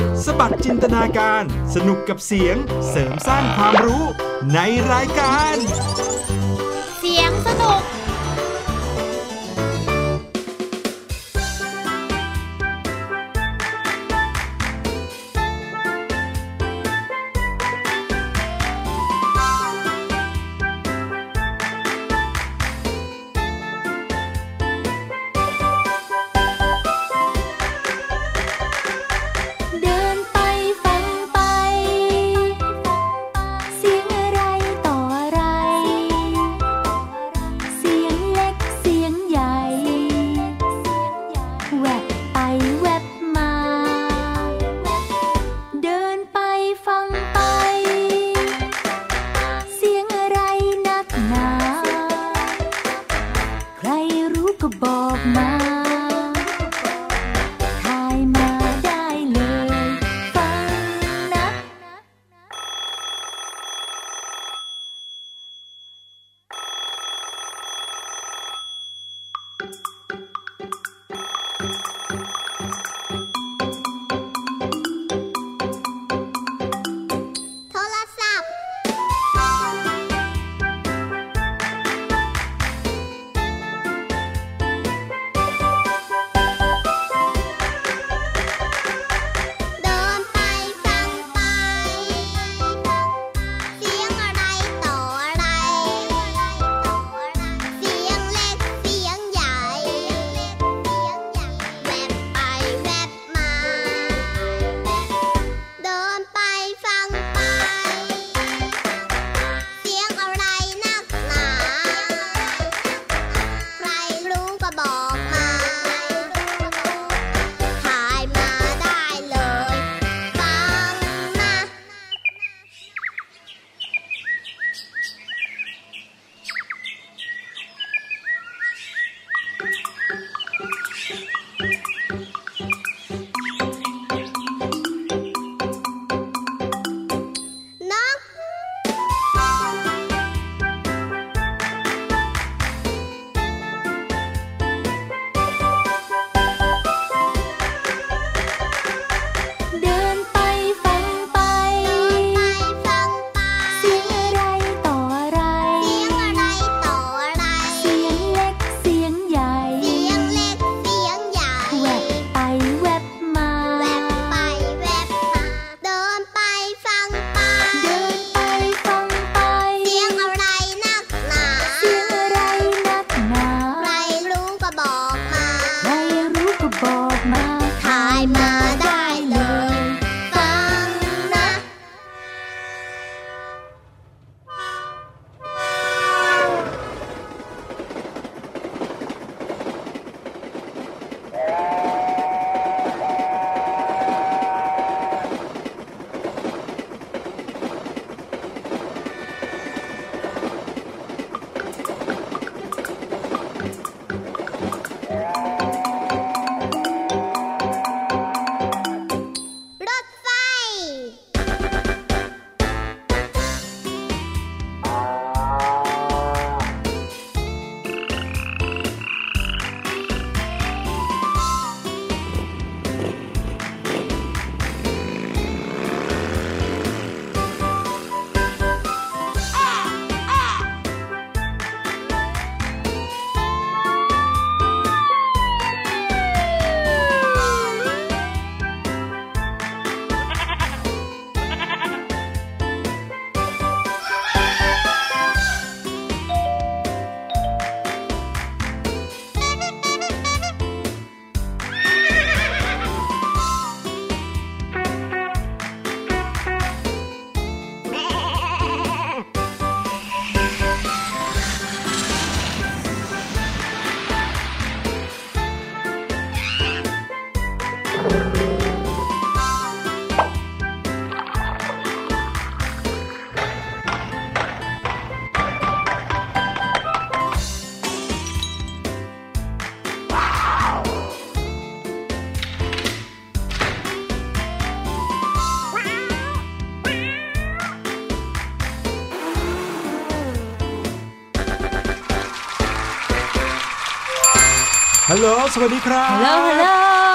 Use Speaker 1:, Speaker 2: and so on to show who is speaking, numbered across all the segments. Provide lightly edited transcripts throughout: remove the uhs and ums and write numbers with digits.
Speaker 1: สบัดจินตนาการสนุกกับเสียงเสริมสร้างความรู้ในรายการ
Speaker 2: เสียงสนุก
Speaker 1: ฮัลโหลสวัสดีครับ
Speaker 2: ฮัลโหล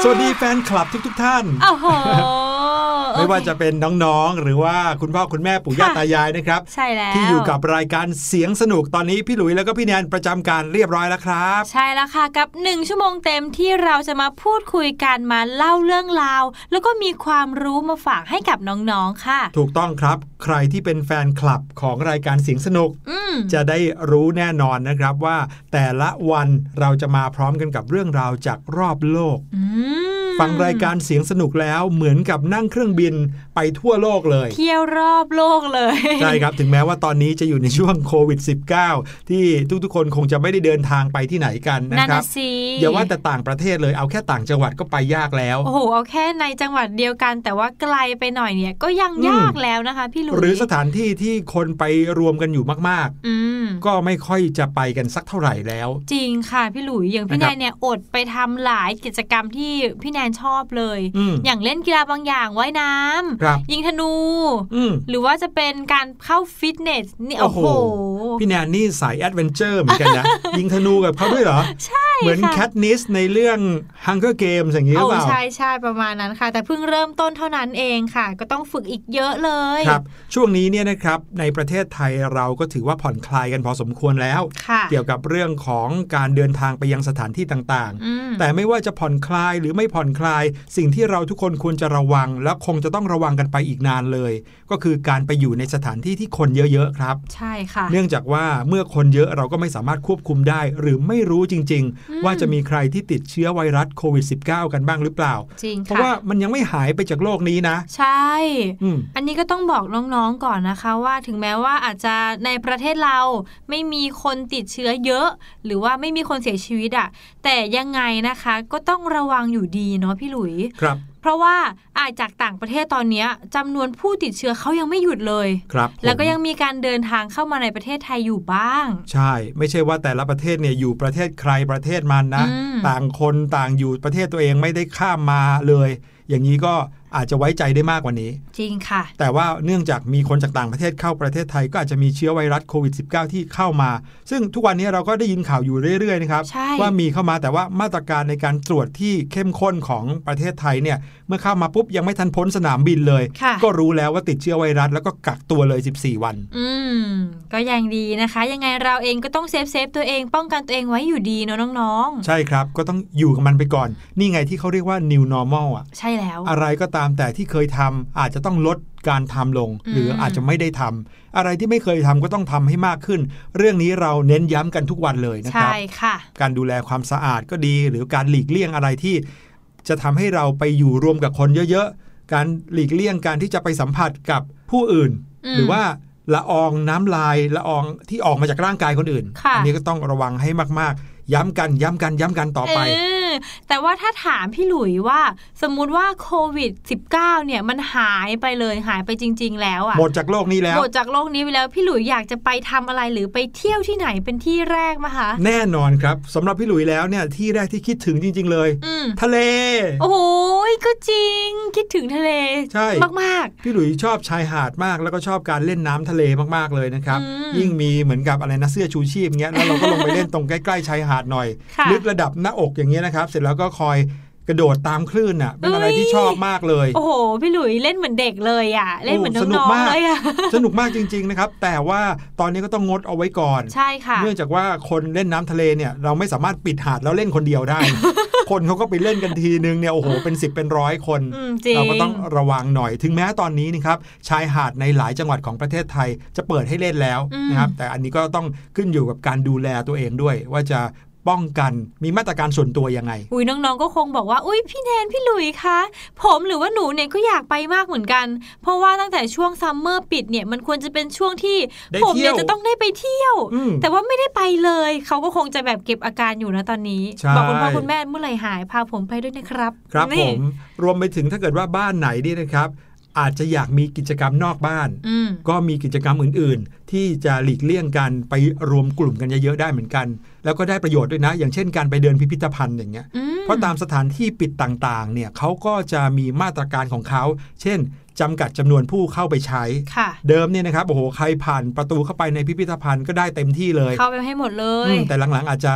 Speaker 1: สวัสดีแฟนคลับทุกท่าน
Speaker 2: โอ้โห
Speaker 1: ไม่ว่าจะเป็นน้องๆหรือว่าคุณพ่อคุณแม่ปู่ย่าตายายนะครับ
Speaker 2: ใช่แล้ว
Speaker 1: ที่อยู่กับรายการเสียงสนุกตอนนี้พี่หลุยแล้วก็พี่แนนประจำการเรียบร้อยแล้วครับ
Speaker 2: ใช่แล้วค่ะกับ1ชั่วโมงเต็มที่เราจะมาพูดคุยกันมาเล่าเรื่องราวแล้วก็มีความรู้มาฝากให้กับน้องๆค่ะ
Speaker 1: ถูกต้องครับใครที่เป็นแฟนคลับของรายการเสียงสนุกจะได้รู้แน่นอนนะครับว่าแต่ละวันเราจะมาพร้อมกันกับเรื่องราวจากรอบโลกฟังรายการเสียงสนุกแล้วเหมือนกับนั่งเครื่องบินไปทั่วโลกเลย
Speaker 2: เที่ยวรอบโลกเลย
Speaker 1: ใช่ครับถึงแม้ว่าตอนนี้จะอยู่ในช่วงโควิด -19 ที่ทุกๆคนคงจะไม่ได้เดินทางไปที่ไหนกันนะครับอย่าว่าแต่ต่างประเทศเลยเอาแค่ต่างจังหวัดก็ไปยากแล้ว
Speaker 2: โอ้โหเอาแค่ในจังหวัดเดียวกันแต่ว่าไกลไปหน่อยเนี่ยก็ยังยากแล้วนะคะพี่ลุย
Speaker 1: หรือสถานที่ที่คนไปรวมกันอยู่มากๆก็ไม่ค่อยจะไปกันสักเท่าไหร่แล้ว
Speaker 2: จริงค่ะพี่ลุยอย่างพี่แนนเนี่ยอดไปทำหลายกิจกรรมที่พี่แนนชอบเลยอย่างเล่นกีฬาบางอย่างว่ายน้ำยิงธนูหรือว่าจะเป็นการเข้าฟิตเนสนี่โอ้โห
Speaker 1: พี่แนนนี่สายแอดเวนเจอร์เหมือนกันนะ ยิงธนูกับเขาด้วยเหรอ
Speaker 2: ใช่
Speaker 1: เหมือนแคทนิสในเรื่อง Hunger Games อย่างนี้หรือเปล่า
Speaker 2: ใช่ประมาณนั้นค่ะแต่เพิ่งเริ่มต้นเท่านั้นเองค่ะก็ต้องฝึกอีกเยอะเลย
Speaker 1: ครับช่วงนี้เนี่ยนะครับในประเทศไทยเราก็ถือว่าผ่อนคลายกันพอสมควรแล้วเกี่ยวกับเรื่องของการเดินทางไปยังสถานที่ต่างๆแต่ไม่ว่าจะผ่อนคลายหรือไม่ผ่อนคลายสิ่งที่เราทุกคนควรจะระวังและคงจะต้องระวังกันไปอีกนานเลยก็คือการไปอยู่ในสถานที่ที่คนเยอะๆครับ
Speaker 2: ใช่ค่ะ
Speaker 1: เนื่องจากว่าเมื่อคนเยอะเราก็ไม่สามารถควบคุมได้หรือไม่รู้จริงๆว่าจะมีใครที่ติดเชื้อไวรัสโควิด -19 กันบ้างหรือเปล่า
Speaker 2: จริงค่ะ
Speaker 1: เพราะว่ามันยังไม่หายไปจากโลกนี้นะ
Speaker 2: ใช่อันนี้ก็ต้องบอกน้องๆก่อนนะคะว่าถึงแม้ว่าอาจจะในประเทศเราไม่มีคนติดเชื้อเยอะหรือว่าไม่มีคนเสียชีวิตอ่ะแต่ยังไงนะคะก็ต้องระวังอยู่ดีเนาะพี่หลุย
Speaker 1: ครับ
Speaker 2: เพราะว่าจากต่างประเทศตอนนี้จำนวนผู้ติดเชื้อเขายังไม่หยุดเลย
Speaker 1: ครับ
Speaker 2: แล้วก็ยังมีการเดินทางเข้ามาในประเทศไทยอยู่บ้าง
Speaker 1: ใช่ไม่ใช่ว่าแต่ละประเทศเนี่ยอยู่ประเทศใครประเทศมันนะต่างคนต่างอยู่ประเทศตัวเองไม่ได้ข้ามมาเลยอย่างนี้ก็อาจจะไว้ใจได้มากกว่านี้
Speaker 2: จริงค่ะ
Speaker 1: แต่ว่าเนื่องจากมีคนจากต่างประเทศเข้าประเทศไทยก็อาจจะมีเชื้อไวรัสโควิด -19 ที่เข้ามาซึ่งทุกวันนี้เราก็ได้ยินข่าวอยู่เรื่อยๆนะครับว่ามีเข้ามาแต่ว่ามาตรการในการตรวจที่เข้มข้นของประเทศไทยเนี่ยเมื่อเข้ามาปุ๊บยังไม่ทันพ้นสนามบินเลยก็รู้แล้วว่าติดเชื้อไวรัสแล้วก็กักตัวเลย14วัน
Speaker 2: ก็ยังดีนะคะยังไงเราเองก็ต้องเซฟตัวเองป้องกันตัวเองไว้อยู่ดีเนาะน้อง
Speaker 1: ๆใช่ครับก็ต้องอยู่กับมันไปก่อนนี่ไงที่เขาเรียกว่า new normal อ่ะ
Speaker 2: ใช่แล้ว
Speaker 1: อะไรก็ตามแต่ที่เคยทำอาจจะต้องลดการทำลงหรืออาจจะไม่ได้ทำอะไรที่ไม่เคยทำก็ต้องทำให้มากขึ้นเรื่องนี้เราเน้นย้ำกันทุกวันเลยนะครับ
Speaker 2: ใช่ค่ะ
Speaker 1: การดูแลความสะอาดก็ดีหรือการหลีกเลี่ยงอะไรที่จะทำให้เราไปอยู่รวมกับคนเยอะๆการหลีกเลี่ยงการที่จะไปสัมผัสกับผู้อื่นหรือว่าละอองน้ำลายละอองที่ออกมาจากร่างกายคนอื่นอันี้ก็ต้องระวังให้มากๆย้ำกันต่อไป
Speaker 2: แต่ว่าถ้าถามพี่หลุยว่าสมมุติว่าโควิด -19 เนี่ยมันหายไปเลยหายไปจริงๆแล้วอ่ะ
Speaker 1: หมดจากโลกนี้แล้ว
Speaker 2: หมดจากโลกนี้ไปแล้วพี่หลุยอยากจะไปทำอะไรหรือไปเที่ยวที่ไหนเป็นที่แรกมั้ยคะ
Speaker 1: แน่นอนครับสำหรับพี่หลุยแล้วเนี่ยที่แรกที่คิดถึงจริงๆเลยทะเล
Speaker 2: โอ้โหก็จริงคิดถึงทะเล
Speaker 1: ใช่มากๆพี่หลุยชอบชายหาดมากแล้วก็ชอบการเล่นน้ำทะเลมากๆเลยนะครับยิ่งมีเหมือนกับอะไรนะเสื้อชูชีพเงี้ยแล้วเราก็ลงไปเล่นตรงใกล้ๆชายหาดหน่อยลึกระดับหน้าอกอย่างเงี้ยนะครับเสร็จแล้วก็คอยกระโดดตามคลื่นน่ะเป็นอะไรที่ชอบมากเลย
Speaker 2: โอ้โหพี่หลุยเล่นเหมือนเด็กเลยอ่ะเล่นเหมือนน้องๆเลยอ่ะ
Speaker 1: สนุกมากจริงๆนะครับแต่ว่าตอนนี้ก็ต้องงดเอาไว้ก่อน
Speaker 2: ใช่ค่ะ
Speaker 1: เนื่องจากว่าคนเล่นน้ำทะเลเนี่ยเราไม่สามารถปิดหาดแล้วเล่นคนเดียวได้ คนเขาก็ไปเล่นกันทีนึงเนี่ยโอ้โหเป็น10เป็น100คนเราก็ต้องระวังหน่อยถึงแม้ตอนนี้นะครับชายหาดในหลายจังหวัดของประเทศไทยจะเปิดให้เล่นแล้วนะครับแต่อันนี้ก็ต้องขึ้นอยู่กับการดูแลตัวเองด้วยว่าจะป้องกันมีมาตรการส่วนตัวยังไง
Speaker 2: น้องๆก็คงบอกว่าอุ๊ยพี่แนนพี่หลุยคะผมหรือว่าหนูเนี่ยก็อยากไปมากเหมือนกันเพราะว่าตั้งแต่ช่วงซัมเมอร์ปิดเนี่ยมันควรจะเป็นช่วงที่ผมเนี่ยจะต้องได้ไปเที่ยวแต่ว่าไม่ได้ไปเลยเขาก็คงจะแบบเก็บอาการอยู่นะตอนนี้บอกคุณพ่อคุณแม่เมื่อไหร่หายพาผมไปด้วยนะครับ
Speaker 1: ครับผมรวมไปถึงถ้าเกิดว่าบ้านไหนนี่นะครับอาจจะอยากมีกิจกรรมนอกบ้านก็มีกิจกรรมอื่นๆที่จะหลีกเลี่ยงกันไปรวมกลุ่มกันเยอะๆได้เหมือนกันแล้วก็ได้ประโยชน์ด้วยนะอย่างเช่นการไปเดินพิพิธภัณฑ์อย่างเงี้ยเพราะตามสถานที่ปิดต่างๆเนี่ยเขาก็จะมีมาตรการของเขาเช่นจำกัดจำนวนผู้เข้าไปใช้เดิมเนี่ยนะครับโอ้โหใครผ่านประตูเข้าไปในพิพิธภัณฑ์ก็ได้เต็มที่เลย
Speaker 2: เข้าไปให้หมดเลย
Speaker 1: แต่หลังๆอาจจะ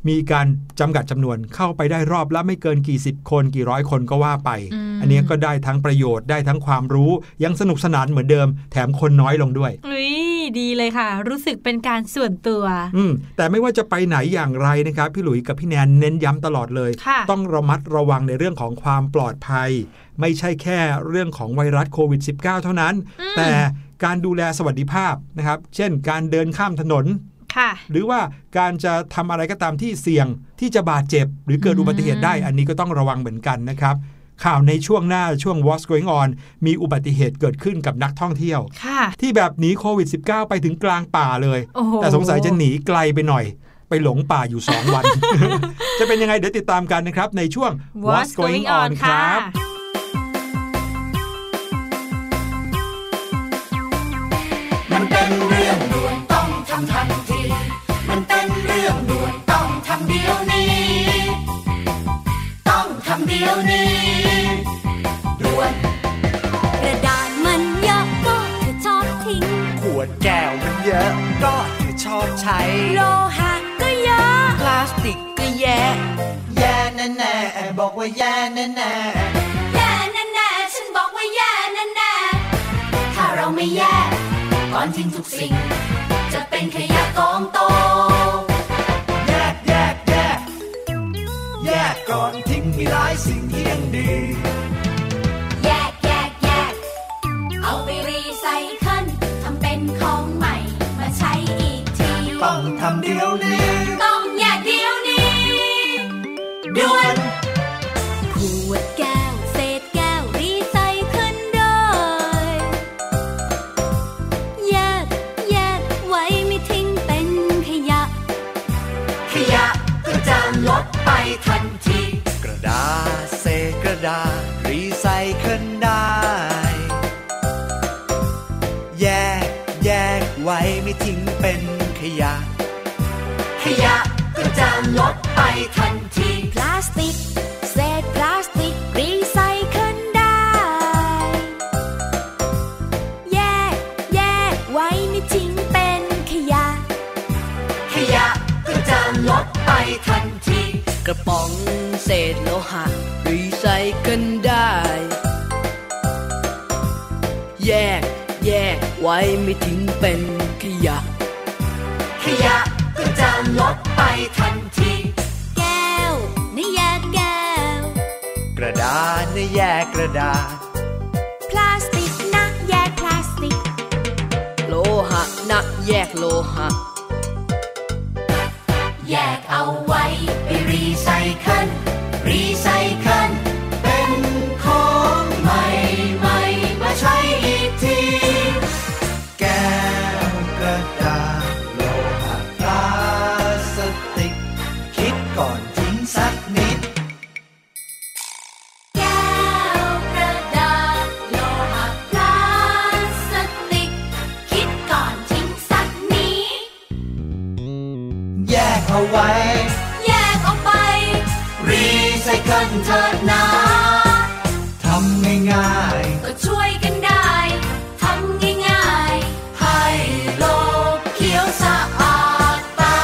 Speaker 1: มีการจำกัดจำนวนเข้าไปได้รอบละไม่เกินกี่10คนกี่ร้อยคนก็ว่าไป อันนี้ก็ได้ทั้งประโยชน์ได้ทั้งความรู้ยังสนุกสนานเหมือนเดิมแถมคนน้อยลงด้วย
Speaker 2: ดีเลยค่ะรู้สึกเป็นการส่วนตัว
Speaker 1: แต่ไม่ว่าจะไปไหนอย่างไรนะครับพี่หลุยกับพี่แนนเน้นย้ำตลอดเลยต้องระมัดระวังในเรื่องของความปลอดภัยไม่ใช่แค่เรื่องของไวรัสโควิด -19 เท่านั้นแต่การดูแลสวัสดิภาพนะครับเช่นการเดินข้ามถนนหรือว่าการจะทำอะไรก็ตามที่เสี่ยงที่จะบาดเจ็บหรือเกิดอุบัติเหตุได้อันนี้ก็ต้องระวังเหมือนกันนะครับข่าวในช่วงหน้าช่วง What's Going On มีอุบัติเหตุเกิดขึ้นกับนักท่องเที่ยวที่แบบหนีโควิด -19 ไปถึงกลางป่าเลยแต่สงสัยจะหนีไกลไปหน่อยไปหลงป่าอยู่2 วัน จะเป็นยังไงเดี๋ยวติดตามกันนะครับในช่วง What's Going On ครับ
Speaker 3: มันเป็นเรื่องด่วนต้องทำทันทีมันเป็นเรื่องด่วนต้องทำเดี๋ยวนี้ต้องทำเดี๋ยวนี้ด่วน
Speaker 4: กระดาษมันเยอะก็เธอชอบทิ้ง
Speaker 3: ขวดแก้วมันเยอะก็เธอชอบใช้
Speaker 4: โลหะก็เยอะ
Speaker 3: พลาสติกก็แย่แย่แน่ๆบอกว่าแย่แน่
Speaker 4: ๆแย่แน่ๆฉันบอกว่าแย่แน่
Speaker 3: ๆถ้าเราไม่แย่ก่อนทิ้งทุกสิ่งจะเป็นขยะกองโตแยกก่อนทิ้งมีหลายสิ่งที่ยังดี
Speaker 4: แยกเอาไปรีไซเคิลทำเป็นของใหม่มาใช้อีกที
Speaker 3: ต้องทำเดี๋ยวนี้
Speaker 4: ต้องแยกเดี๋ยวนี้ด่วนขวดแก้วเศษแก้วรีไซเคิลได้แยกไว้ไม่ทิ้งเป็นขยะ
Speaker 3: ก็จะลดไปทันทีกระดาษเศษกระดาษรีไซเคิลได้แยกไว้ไม่ทิ้งเป็นขยะก็จะลดไปทันที
Speaker 4: พลาสติกเศษพลาสติกรีไซเคิลได้แยกไว้ไม่ทิ้งเป็นขยะ
Speaker 3: ก็จะลดไปทันที
Speaker 5: กระป๋องเศษโลหะรีไซเคิลได้แยกไว้ไม่ทิ้งเป็นขยะ
Speaker 3: ก็จะลดไปทันที
Speaker 4: แก้วนี่แยกแก้ว
Speaker 3: กระดาษนี่แยกกระดาษ
Speaker 4: พลาสติกนะแยกพลาสติก
Speaker 5: โลหะนะแยกโลหะ
Speaker 3: แยกเอาไว้ไปรีไซเคิลเป็นของใหม่มาใช้อีกทีแก้วกระดาษโลหะพลาสติกคิดก่อนทิ้งสักนิด
Speaker 4: แก้วกระดาษโลหะพลาสติกคิดก่อนทิ้งสักนิด
Speaker 3: แยกเอาไว้
Speaker 4: แยกออกไป
Speaker 3: รีไซเคิลเถิดนะทำง่าย
Speaker 4: ๆก็ช่วยกันได้ทำง่าย
Speaker 3: ๆให้โลกเขียวสะอาดตา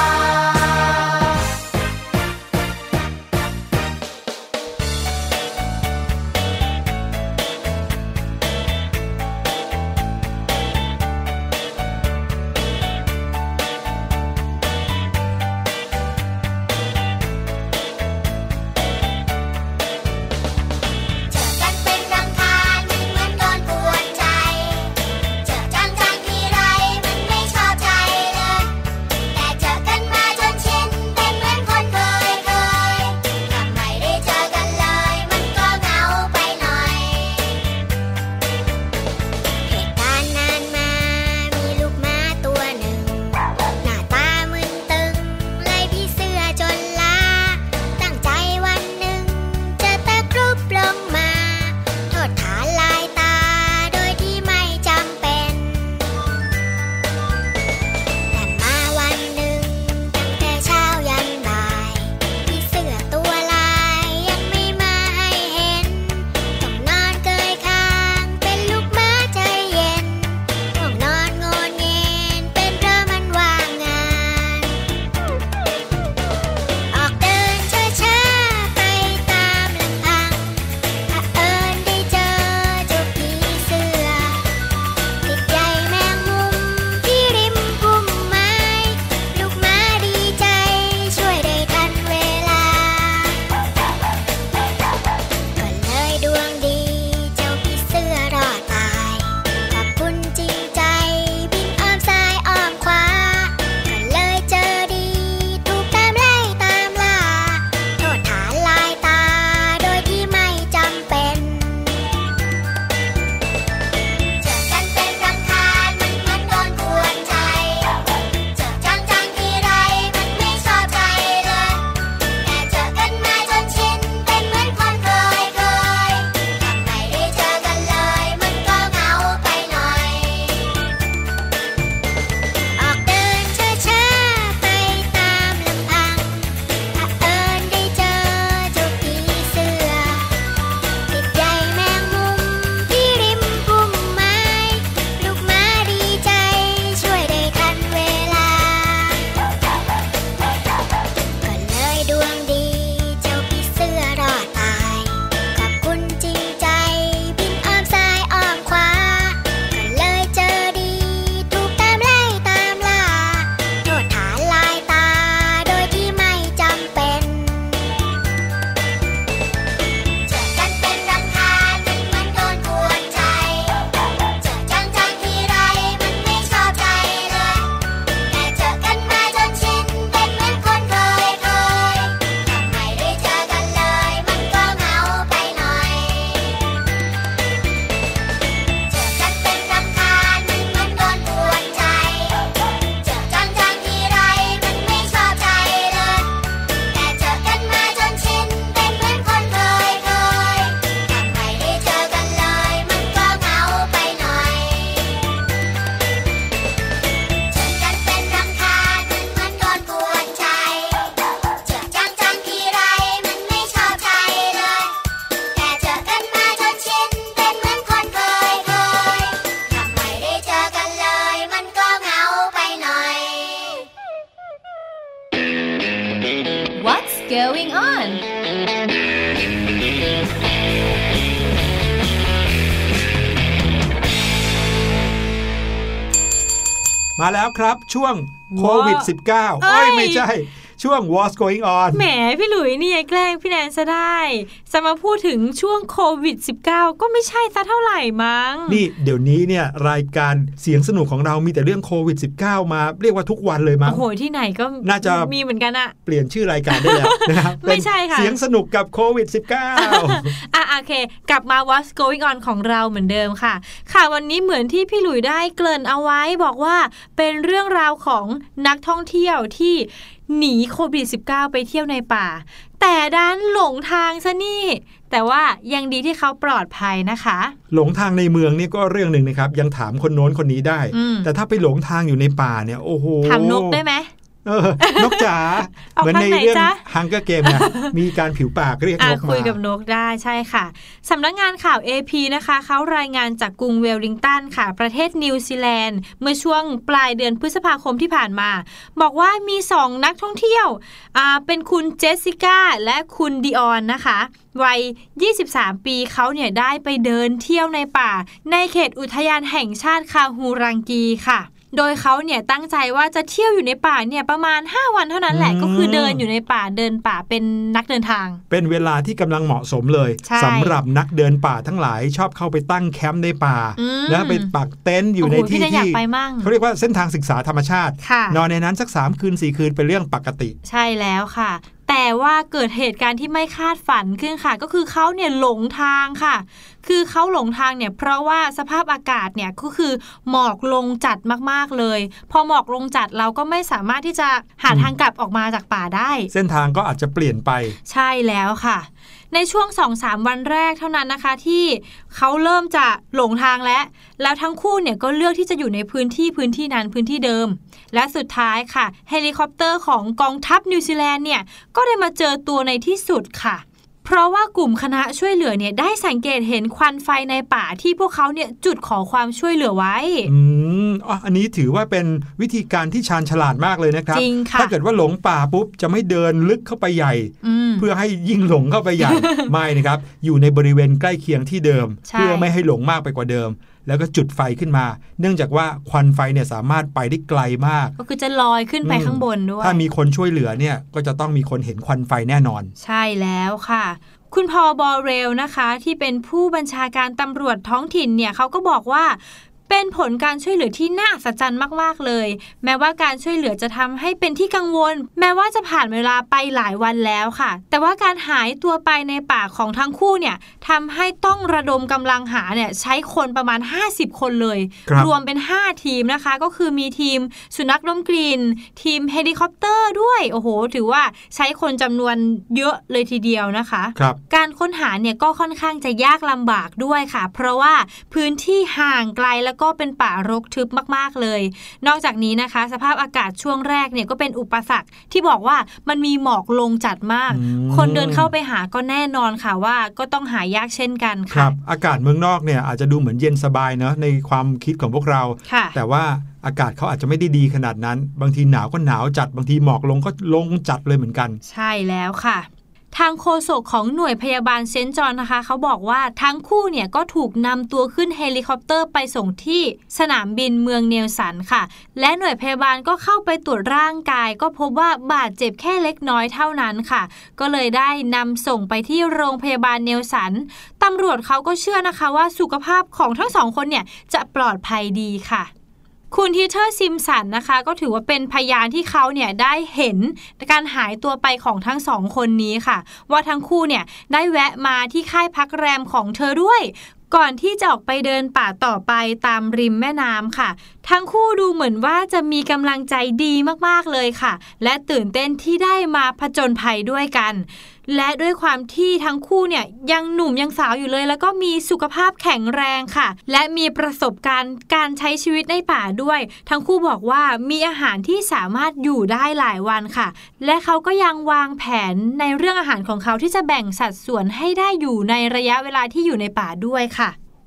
Speaker 1: มาแล้วครับช่วงโควิด -19 ไม่ใช่ช่วง What's Going On
Speaker 2: แหมพี่หลุยนี่แกล้งพี่แนนซะได้จะมาพูดถึงช่วงโควิด -19 ก็ไม่ใช่ซะเท่าไหร่มั้ง
Speaker 1: นี่เดี๋ยวนี้เนี่ยรายการเสียงสนุกของเรามีแต่เรื่องโควิด -19 มาเรียกว่าทุกวันเลยมั้ง
Speaker 2: โอ้โหที่ไหนก็
Speaker 1: น่าจะ
Speaker 2: มีเหมือนกันอะ
Speaker 1: เปลี่ยนชื่อรายการได้แล้วนะครับ
Speaker 2: ไม่ใช่ค่ะ
Speaker 1: เสียงสนุกกับโควิด -19
Speaker 2: โอเคกลับมา What's Going On ของเราเหมือนเดิมค่ะวันนี้เหมือนที่พี่หลุยได้เกริ่นเอาไว้บอกว่าเป็นเรื่องราวของนักท่องเที่ยวที่หนีโควิด -19 ไปเที่ยวในป่าแต่ดันหลงทางซะนี่แต่ว่ายังดีที่เขาปลอดภัยนะคะ
Speaker 1: หลงทางในเมืองนี่ก็เรื่องหนึ่งนะครับยังถามคนโน้นคนนี้ได้แต่ถ้าไปหลงทางอยู่ในป่าเนี่ยโอ้โห
Speaker 2: ถามนกได้ไหม
Speaker 1: นกจ๋าเหมือนในเรื่องฮังเกอร์เกมนะมีการผิวปากเรียกนกมา
Speaker 2: คุยกับนกได้ใช่ค่ะสำนักงานข่าว AP นะคะเขารายงานจากกรุงเวลลิงตันค่ะประเทศนิวซีแลนด์เมื่อช่วงปลายเดือนพฤษภาคมที่ผ่านมาบอกว่ามี2นักท่องเที่ยวเป็นคุณเจสสิก้าและคุณดิออนนะคะวัย23ปีเขาเนี่ยได้ไปเดินเที่ยวในป่าในเขตอุทยานแห่งชาติคาฮูรังกีค่ะโดยเขาเนี่ยตั้งใจว่าจะเที่ยวอยู่ในป่าเนี่ยประมาณ5วันเท่านั้นแหละก็คือเดินอยู่ในป่าเดินป่าเป็นนักเดินทาง
Speaker 1: เป็นเวลาที่กำลังเหมาะสมเลยสำหรับนักเดินป่าทั้งหลายชอบเข้าไปตั้งแคมป์ในป่าแล้วไปปักเต็นท์อยู่ในที่ที่เขาเรียกว่าเส้นทางศึกษาธรรมชาตินอนในนั้นสัก3คืน4คืนเป็นเรื่องปกติ
Speaker 2: ใช่แล้วค่ะแต่ว่าเกิดเหตุการณ์ที่ไม่คาดฝันขึ้นค่ะก็คือเขาเนี่ยหลงทางค่ะคือเขาหลงทางเนี่ยเพราะว่าสภาพอากาศเนี่ยก็คือหมอกลงจัดมากๆเลยพอหมอกลงจัดเราก็ไม่สามารถที่จะหาทางกลับออกมาจากป่าได้
Speaker 1: เส้นทางก็อาจจะเปลี่ยนไป
Speaker 2: ใช่แล้วค่ะในช่วง 2-3 วันแรกเท่านั้นนะคะที่เขาเริ่มจะหลงทางแล้วทั้งคู่เนี่ยก็เลือกที่จะอยู่ในพื้นที่นั้นพื้นที่เดิมและสุดท้ายค่ะเฮลิคอปเตอร์ของกองทัพนิวซีแลนด์เนี่ยก็ได้มาเจอตัวในที่สุดค่ะเพราะว่ากลุ่มคณะช่วยเหลือเนี่ยได้สังเกตเห็นควันไฟในป่าที่พวกเขาเนี่ยจุดขอความช่วยเหลือไว้
Speaker 1: อันนี้ถือว่าเป็นวิธีการที่ชาญฉลาดมากเลยนะครับถ้าเกิดว่าหลงป่าปุ๊บจะไม่เดินลึกเข้าไปใหญ่เพื่อให้ยิ่งหลงเข้าไปใหญ่ ไม่นะครับอยู่ในบริเวณใกล้เคียงที่เดิมเพื่อไม่ให้หลงมากไปกว่าเดิมแล้วก็จุดไฟขึ้นมาเนื่องจากว่าควันไฟเนี่ยสามารถไปได้ไกลมาก
Speaker 2: ก็คือจะลอยขึ้นไปข้างบนด้วย
Speaker 1: ถ้ามีคนช่วยเหลือเนี่ยก็จะต้องมีคนเห็นควันไฟแน่นอน
Speaker 2: ใช่แล้วค่ะคุณพอล บอเรลนะคะที่เป็นผู้บัญชาการตำรวจท้องถิ่นเนี่ยเขาก็บอกว่าเป็นผลการช่วยเหลือที่น่าอัศจรรย์มากๆเลยแม้ว่าการช่วยเหลือจะทำให้เป็นที่กังวลแม้ว่าจะผ่านเวลาไปหลายวันแล้วค่ะแต่ว่าการหายตัวไปในป่าของทั้งคู่เนี่ยทำให้ต้องระดมกำลังหาเนี่ยใช้คนประมาณ50คนเลยรวมเป็น5ทีมนะคะก็คือมีทีมสุนัขดมกลิ่นทีมเฮลิคอปเตอร์ด้วยโอ้โหถือว่าใช้คนจำนวนเยอะเลยทีเดียวนะคะการค้นหาเนี่ยก็ค่อนข้างจะยากลำบากด้วยค่ะเพราะว่าพื้นที่ห่างไกลแล้วก็เป็นป่ารกทึบมากๆเลยนอกจากนี้นะคะสภาพอากาศช่วงแรกเนี่ยก็เป็นอุปสรรคที่บอกว่ามันมีหมอกลงจัดมากคนเดินเข้าไปหาก็แน่นอนค่ะว่าก็ต้องหายากเช่นกันค่ะ
Speaker 1: ครับอากาศเมืองนอกเนี่ยอาจจะดูเหมือนเย็นสบายเนอะในความคิดของพวกเราแต่ว่าอากาศเขาอาจจะไม่ได้ดีขนาดนั้นบางทีหนาวก็หนาวจัดบางทีหมอกลงก็ลงจัดเลยเหมือนกัน
Speaker 2: ใช่แล้วค่ะทางโฆษกของหน่วยพยาบาลเซนต์จอห์นนะคะเขาบอกว่าทั้งคู่เนี่ยก็ถูกนำตัวขึ้นเฮลิคอปเตอร์ไปส่งที่สนามบินเมืองเนลสันค่ะและหน่วยพยาบาลก็เข้าไปตรวจร่างกายก็พบว่าบาดเจ็บแค่เล็กน้อยเท่านั้นค่ะก็เลยได้นำส่งไปที่โรงพยาบาลเนลสันตำรวจเขาก็เชื่อนะคะว่าสุขภาพของทั้ง2คนเนี่ยจะปลอดภัยดีค่ะคุณทีเทอร์ซิมสันนะคะก็ถือว่าเป็นพยานที่เขาเนี่ยได้เห็นการหายตัวไปของทั้ง2คนนี้ค่ะว่าทั้งคู่เนี่ยได้แวะมาที่ค่ายพักแรมของเธอด้วยก่อนที่จะออกไปเดินป่าต่อไปตามริมแม่น้ำค่ะทั้งคู่ดูเหมือนว่าจะมีกำลังใจดีมากๆเลยค่ะและตื่นเต้นที่ได้มาผจญภัยด้วยกันและด้วยความที่ทั้งคู่เนี่ยยังหนุ่มยังสาวอยู่เลยแล้วก็มีสุขภาพแข็งแรงค่ะและมีประสบการณ์การใช้ชีวิตในป่าด้วยทั้งคู่บอกว่ามีอาหารที่สามารถอยู่ได้หลายวันค่ะและเขาก็ยังวางแผนในเรื่องอาหารของเขาที่จะแบ่งสัดส่วนให้ได้อยู่ในระยะเวลาที่อยู่ในป่าด้วยค่ะ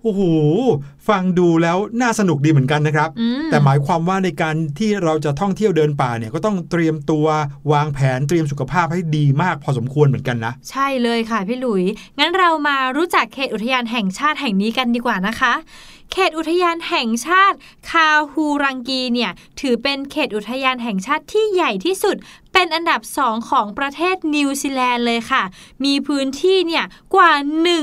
Speaker 1: โอ้โหฟังดูแล้วน่าสนุกดีเหมือนกันนะครับแต่หมายความว่าในการที่เราจะท่องเที่ยวเดินป่าเนี่ยก็ต้องเตรียมตัววางแผนเตรียมสุขภาพให้ดีมากพอสมควรเหมือนกันนะ
Speaker 2: ใช่เลยค่ะพี่หลุยงั้นเรามารู้จักเขตอุทยานแห่งชาติแห่งนี้กันดีกว่านะคะเขตอุทยานแห่งชาติคาฮูรังกีเนี่ยถือเป็นเขตอุทยานแห่งชาติที่ใหญ่ที่สุดเป็นอันดับ2ของประเทศนิวซีแลนด์เลยค่ะมีพื้นที่เนี่ยกว่า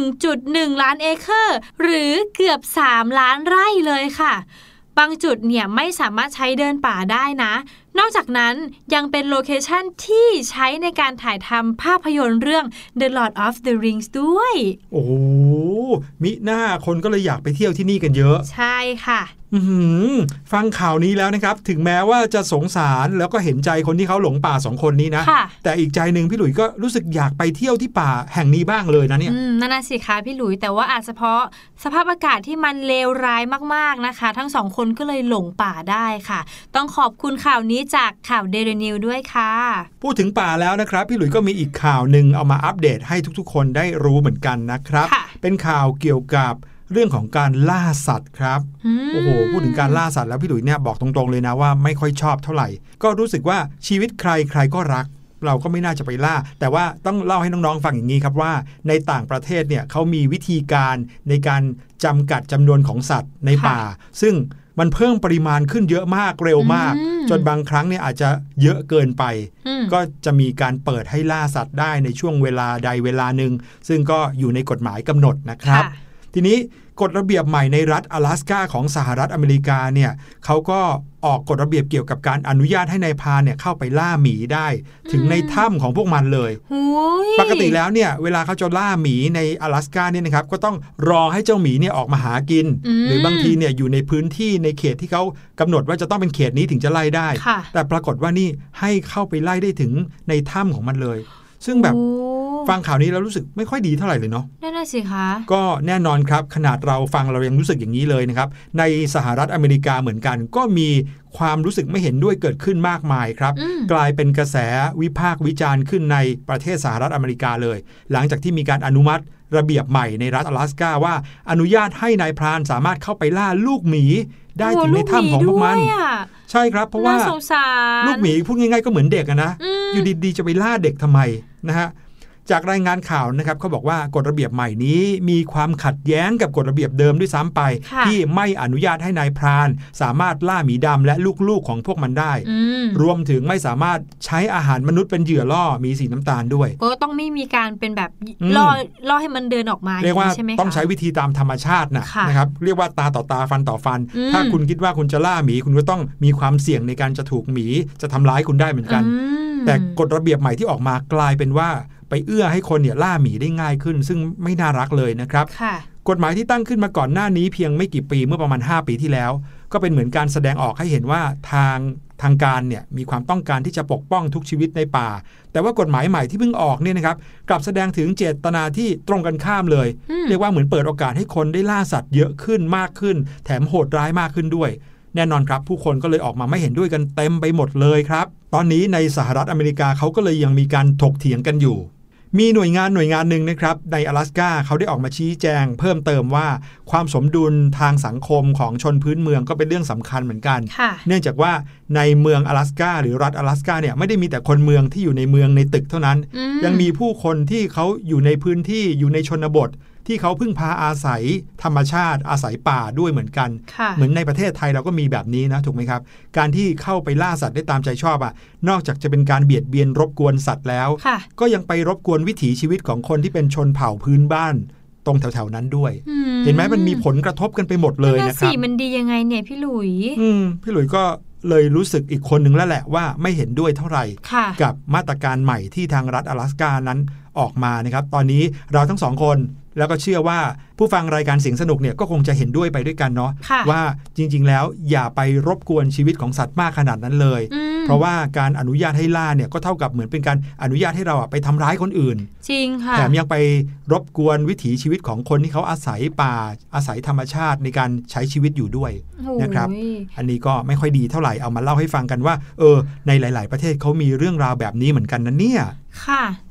Speaker 2: 1.1 ล้านเอเคอร์หรือเกือบ3ล้านไร่เลยค่ะบางจุดเนี่ยไม่สามารถใช้เดินป่าได้นะนอกจากนั้นยังเป็นโลเคชั่นที่ใช้ในการถ่ายทำภาพยนตร์เรื่อง The Lord of the Rings ด้วย
Speaker 1: โอ้มิหน้าคนก็เลยอยากไปเที่ยวที่นี่กันเยอะ
Speaker 2: ใช่ค่ะ
Speaker 1: ฟังข่าวนี้แล้วนะครับถึงแม้ว่าจะสงสารแล้วก็เห็นใจคนที่เขาหลงป่า2คนนี้นะแต่อีกใจนึงพี่หลุยก็รู้สึกอยากไปเที่ยวที่ป่าแห่งนี้บ้างเลยนะเนี่ย
Speaker 2: นั่นน่ะสิคะพี่หลุยแต่ว่าอาจจะเพราะสภาพอากาศที่มันเลวร้ายมากๆนะคะทั้ง2คนก็เลยหลงป่าได้ค่ะต้องขอบคุณข่าวนี้จากข่าว Daily News ด้วยค่ะ
Speaker 1: พูดถึงป่าแล้วนะครับพี่หลุยก็มีอีกข่าวนึงเอามาอัปเดตให้ทุกๆคนได้รู้เหมือนกันนะครับเป็นข่าวเกี่ยวกับเรื่องของการล่าสัตว์ครับโอ้โหพูดถึงการล่าสัตว์แล้วพี่หลุยเนี่ยบอกตรงๆเลยนะว่าไม่ค่อยชอบเท่าไหร่ก็รู้สึกว่าชีวิตใครก็รักเราก็ไม่น่าจะไปล่าแต่ว่าต้องเล่าให้น้องๆฟังอย่างนี้ครับว่าในต่างประเทศเนี่ยเขามีวิธีการในการจำกัดจำนวนของสัตว์ในป่าซึ่งมันเพิ่มปริมาณขึ้นเยอะมากเร็วมากจนบางครั้งเนี่ยอาจจะเยอะเกินไปก็จะมีการเปิดให้ล่าสัตว์ได้ในช่วงเวลาใดเวลาหนึ่งซึ่งก็อยู่ในกฎหมายกำหนดนะครับทีนี้กฎระเบียบใหม่ในรัฐ阿拉斯加ของสหรัฐอเมริกาเนี่ยเขาก็ออกกฎระเบียบเกี่ยวกับการอนุญาตให้นายพรานเนี่ยเข้าไปล่าหมีได้ถึงในถ้ำของพวกมันเลยปกติแล้วเนี่ยเวลาเขาจะล่าหมีใน阿拉斯加เนี่ยนะครับก็ต้องรอให้เจ้าหมีเนี่ยออกมาหากินหรือบางทีเนี่ยอยู่ในพื้นที่ในเขตที่เขากำหนดว่าจะต้องเป็นเขตนี้ถึงจะไล่ได้แต่ปรากฏว่านี่ให้เข้าไปไล่ได้ถึงในถ้ำของมันเลยซึ่งแบบฟังข่าวนี้แล้วรู้สึกไม่ค่อยดีเท่าไหร่เลยเนาะ
Speaker 2: นั่นน่ะสิคะ
Speaker 1: ก็แน่นอนครับขนาดเราฟังเรายังรู้สึกอย่างนี้เลยนะครับในสหรัฐอเมริกาเหมือนกันก็มีความรู้สึกไม่เห็นด้วยเกิดขึ้นมากมายครับกลายเป็นกระแสวิพากษ์วิจารณ์ขึ้นในประเทศสหรัฐอเมริกาเลยหลังจากที่มีการอนุมัติระเบียบใหม่ในรัฐ阿拉斯加ว่าอนุญาตให้นายพรานสามารถเข้าไปล่าลูกหมีได้ถึงในถ้ำของพวกมันใช่ครับเพราะว่าลูกหมีพูดง่ายๆก็เหมือนเด็กนะอยู่ดีๆจะไปล่าเด็กทำไมนะฮะจากรายงานข่าวนะครับเขาบอกว่ากฎระเบียบใหม่นี้มีความขัดแย้งกับกฎระเบียบเดิมด้วยซ้ำไปที่ไม่อนุญาตให้นายพรานสามารถล่าหมีดำและลูกๆของพวกมันได้รวมถึงไม่สามารถใช้อาหารมนุษย์เป็นเหยื่อล่อหมีสีน้ำตาลด้วย
Speaker 2: ก็ต้องไม่มีการเป็นแบบล่อให้มันเดินออกมา
Speaker 1: เรียกว่าต้องใช้วิธีตามธรรมชาตินะครับเรียกว่าตาต่อตาฟันต่อฟันถ้าคุณคิดว่าคุณจะล่าหมีคุณก็ต้องมีความเสี่ยงในการจะถูกหมีจะทำร้ายคุณได้เหมือนกันแต่กฎระเบียบใหม่ที่ออกมากลายเป็นว่าไปเอื้อให้คนเนี่ยล่าหมีได้ง่ายขึ้นซึ่งไม่น่ารักเลยนะครับกฎหมายที่ตั้งขึ้นมาก่อนหน้านี้เพียงไม่กี่ปีเมื่อประมาณ5ปีที่แล้วก็เป็นเหมือนการแสดงออกให้เห็นว่าทางการเนี่ยมีความต้องการที่จะปกป้องทุกชีวิตในป่าแต่ว่ากฎหมายใหม่ที่เพิ่งออกเนี่ยนะครับกลับแสดงถึงเจตนาที่ตรงกันข้ามเลยเรียกว่าเหมือนเปิดโอกาสให้คนได้ล่าสัตว์เยอะขึ้นมากขึ้นแถมโหดร้ายมากขึ้นด้วยแน่นอนครับผู้คนก็เลยออกมาไม่เห็นด้วยกันเต็มไปหมดเลยครับตอนนี้ในสหรัฐอเมริกาเขาก็เลยยังมีการถกเถียงกันอยู่มีหน่วยงานหนึ่งนะครับใน阿拉斯加เขาได้ออกมาชี้แจงเพิ่มเติมว่าความสมดุลทางสังคมของชนพื้นเมืองก็เป็นเรื่องสำคัญเหมือนกันเนื่องจากว่าในเมือง阿拉斯加หรือรัฐ阿拉斯加เนี่ยไม่ได้มีแต่คนเมืองที่อยู่ในเมืองในตึกเท่านั้นยังมีผู้คนที่เขาอยู่ในพื้นที่อยู่ในชนบทที่เขาพึ่งพาอาศัยธรรมชาติอาศัยป่าด้วยเหมือนกันเหมือนในประเทศไทยเราก็มีแบบนี้นะถูกไหมครับการที่เข้าไปล่าสัตว์ได้ตามใจชอบนอกจากจะเป็นการเบียดเบียนรบกวนสัตว์แล้วก็ยังไปรบกวนวิถีชีวิตของคนที่เป็นชนเผ่าพื้นบ้านตรงแถวๆนั้นด้วยเห็นไหมมันมีผลกระทบกันไปหมดเลยนะครับ
Speaker 2: มันดียังไงเนี่ยพี่หลุย
Speaker 1: พี่หลุยก็เลยรู้สึกอีกคนหนึ่งแล้วแหละว่าไม่เห็นด้วยเท่าไหร่กับมาตรการใหม่ที่ทางรัฐ阿拉斯加นั้นออกมานะครับตอนนี้เราทั้งสองคนแล้วก็เชื่อว่าผู้ฟังรายการเสียงสนุกเนี่ยก็คงจะเห็นด้วยไปด้วยกันเนาะว่าจริงๆแล้วอย่าไปรบกวนชีวิตของสัตว์มากขนาดนั้นเลยเพราะว่าการอนุญาตให้ล่าเนี่ยก็เท่ากับเหมือนเป็นการอนุญาตให้เราไปทำร้ายคนอื่น
Speaker 2: จริงค่ะ
Speaker 1: แถมยังไปรบกวนวิถีชีวิตของคนที่เขาอาศัยป่าอาศัยธรรมชาติในการใช้ชีวิตอยู่ด้วยนะครับอันนี้ก็ไม่ค่อยดีเท่าไหร่เอามาเล่าให้ฟังกันว่าในหลายๆประเทศเขามีเรื่องราวแบบนี้เหมือนกันนะเนี่ย
Speaker 2: ค่ะ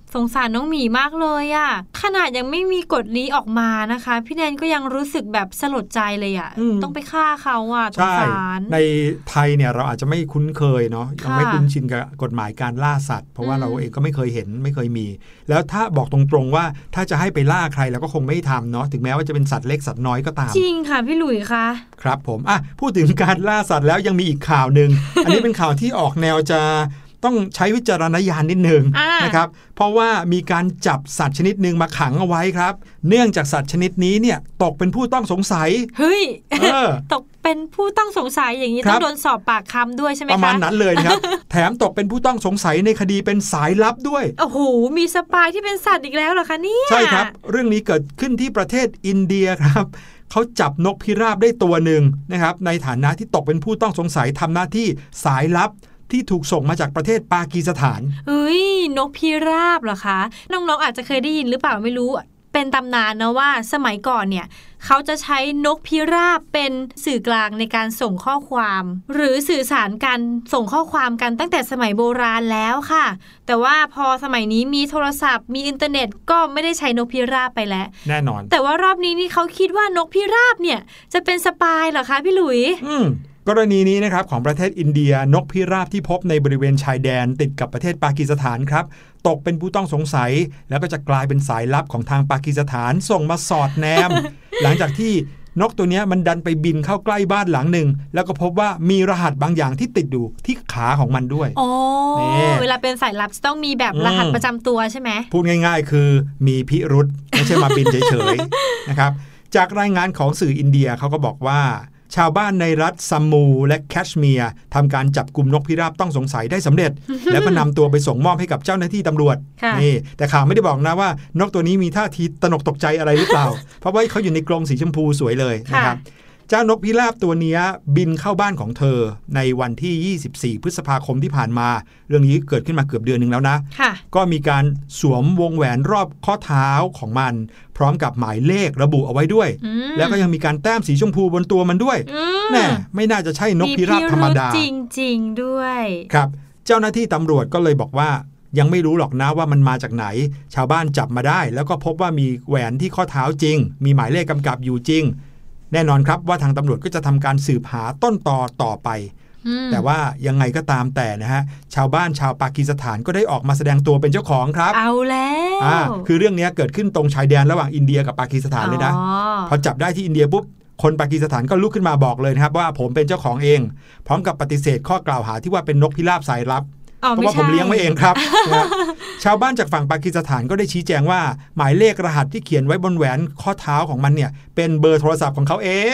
Speaker 2: สงสารน้องหมีมากเลยอะขนาดยังไม่มีกฎนี้ออกมานะคะพี่แนนก็ยังรู้สึกแบบสลดใจเลยอะต้องไปฆ่าเขาอะสงสาร
Speaker 1: ในไทยเนี่ยเราอาจจะไม่คุ้นเคยเนาะยังไม่คุ้นชินกับกฎหมายการล่าสัตว์เพราะว่าเราเองก็ไม่เคยเห็นไม่เคยมีแล้วถ้าบอกตรงๆว่าถ้าจะให้ไปล่าใครเราก็คงไม่ทำเนาะถึงแม้ว่าจะเป็นสัตว์เล็กสัตว์น้อยก็ตาม
Speaker 2: จริงค่ะพี่หลุยค่ะ
Speaker 1: ครับผมพูดถึงการล่าสัตว์แล้วยังมีอีกข่าวนึง อันนี้เป็นข่าวที่ออกแนวจะต้องใช้วิจารณญาณนิดนึงนะครับเพราะว่ามีการจับสัตว์ชนิดนึงมาขังเอาไว้ครับเนื่องจากสัตว์ชนิดนี้เนี่ยตกเป็นผู้ต้องสงสัย
Speaker 2: เฮ้ย ตกเป็นผู้ต้องสงสัยอย่างนี้ต้องโดนสอบปากคำด้วยใช่ไหมคะ
Speaker 1: ประมาณนั้นเลยครับ แถมตกเป็นผู้ต้องสงสัยในคดีเป็นสายลับด้วย
Speaker 2: โอ้โหมีสปายที่เป็นสัตว์อีกแล้วเหรอคะเนี่ย
Speaker 1: ใช่ครับเรื่องนี้เกิดขึ้นที่ประเทศอินเดียครับเขาจับนกพิราบได้ตัวหนึ่งนะครับในฐานะที่ตกเป็นผู้ต้องสงสัยทำหน้าที่สายลับที่ถูกส่งมาจากประเทศปากีสถาน
Speaker 2: เฮ้ยนกพิราบเหรอคะน้องๆอาจจะเคยได้ยินหรือเปล่าไม่รู้เป็นตำนานนะว่าสมัยก่อนเนี่ยเขาจะใช้นกพิราบเป็นสื่อกลางในการส่งข้อความหรือสื่อสารกันส่งข้อความกันตั้งแต่สมัยโบราณแล้วค่ะแต่ว่าพอสมัยนี้มีโทรศัพท์มีอินเทอร์เน็ตก็ไม่ได้ใช้นกพิราบไปแล้ว
Speaker 1: แน่นอน
Speaker 2: แต่ว่ารอบนี้นี่เขาคิดว่านกพิราบเนี่ยจะเป็นสปายเหรอคะพี่หลุย
Speaker 1: กรณีนี้นะครับของประเทศอินเดียนกพิราบที่พบในบริเวณชายแดนติดกับประเทศปากีสถานครับตกเป็นผู้ต้องสงสัยแล้วก็จะกลายเป็นสายลับของทางปากีสถานส่งมาสอดแนม หลังจากที่นกตัวนี้มันดันไปบินเข้าใกล้บ้านหลังหนึ่งแล้วก็พบว่ามีรหัสบางอย่างที่ติดอยู่ที่ขาของมันด้วย
Speaker 2: โอ้เวลาเป็นสายลับต้องมีแบบรหัสประจำตัวใช่ไหม
Speaker 1: พูดง่ายๆคือมีพิรุธไม่ใช่มาบินเฉยๆนะครับจากรายงานของสื่ออินเดียเขาก็บอกว่าชาวบ้านในรัฐซัมมูและแคชเมียร์ทำการจับกุมนกพิราบต้องสงสัยได้สำเร็จ แล้วก็นำตัวไปส่งมอบให้กับเจ้าหน้าที่ตำรวจนี่แต่ข่าวไม่ได้บอกนะว่านกตัวนี้มีท่าทีตระหนกตกใจอะไรหรือเปล่า เพราะว่าเขาอยู่ในกรงสีชมพูสวยเลยนะครับเจ้านกพิราบตัวนี้บินเข้าบ้านของเธอในวันที่24พฤษภาคมที่ผ่านมาเรื่องนี้เกิดขึ้นมาเกือบเดือนนึงแล้วนะก็มีการสวมวงแหวนรอบข้อเท้าของมันพร้อมกับหมายเลขระบุเอาไว้ด้วยแล้วก็ยังมีการแต้มสีชมพูบนตัวมันด้วยแน่ไม่น่าจะใช่นกพิราบธรรมดา
Speaker 2: จริงๆด้วย
Speaker 1: ครับเจ้าหน้าที่ตำรวจก็เลยบอกว่ายังไม่รู้หรอกนะว่ามันมาจากไหนชาวบ้านจับมาได้แล้วก็พบว่ามีแหวนที่ข้อเท้าจริงมีหมายเลขกำกับอยู่จริงแน่นอนครับว่าทางตำรวจก็จะทำการสืบหาต้นตอต่อไปแต่ว่ายังไงก็ตามแต่นะฮะชาวบ้านชาวปากีสถานก็ได้ออกมาแสดงตัวเป็นเจ้าของครับ
Speaker 2: เอาแล้ว
Speaker 1: คือเรื่องนี้เกิดขึ้นตรงชายแดนระหว่างอินเดียกับปากีสถานเลยนะพอจับได้ที่อินเดียปุ๊บคนปากีสถานก็ลุกขึ้นมาบอกเลยนะครับว่าผมเป็นเจ้าของเองพร้อมกับปฏิเสธข้อกล่าวหาที่ว่าเป็นนกพิราบสายลับเพราะว่าผมเลี้ยงไว้เองครับ ชาวบ้านจากฝั่งปากีสถานก็ได้ชี้แจงว่าหมายเลขรหัสที่เขียนไว้บนแหวนข้อเท้าของมันเนี่ยเป็นเบอร์โทรศัพท์ของเขาเอง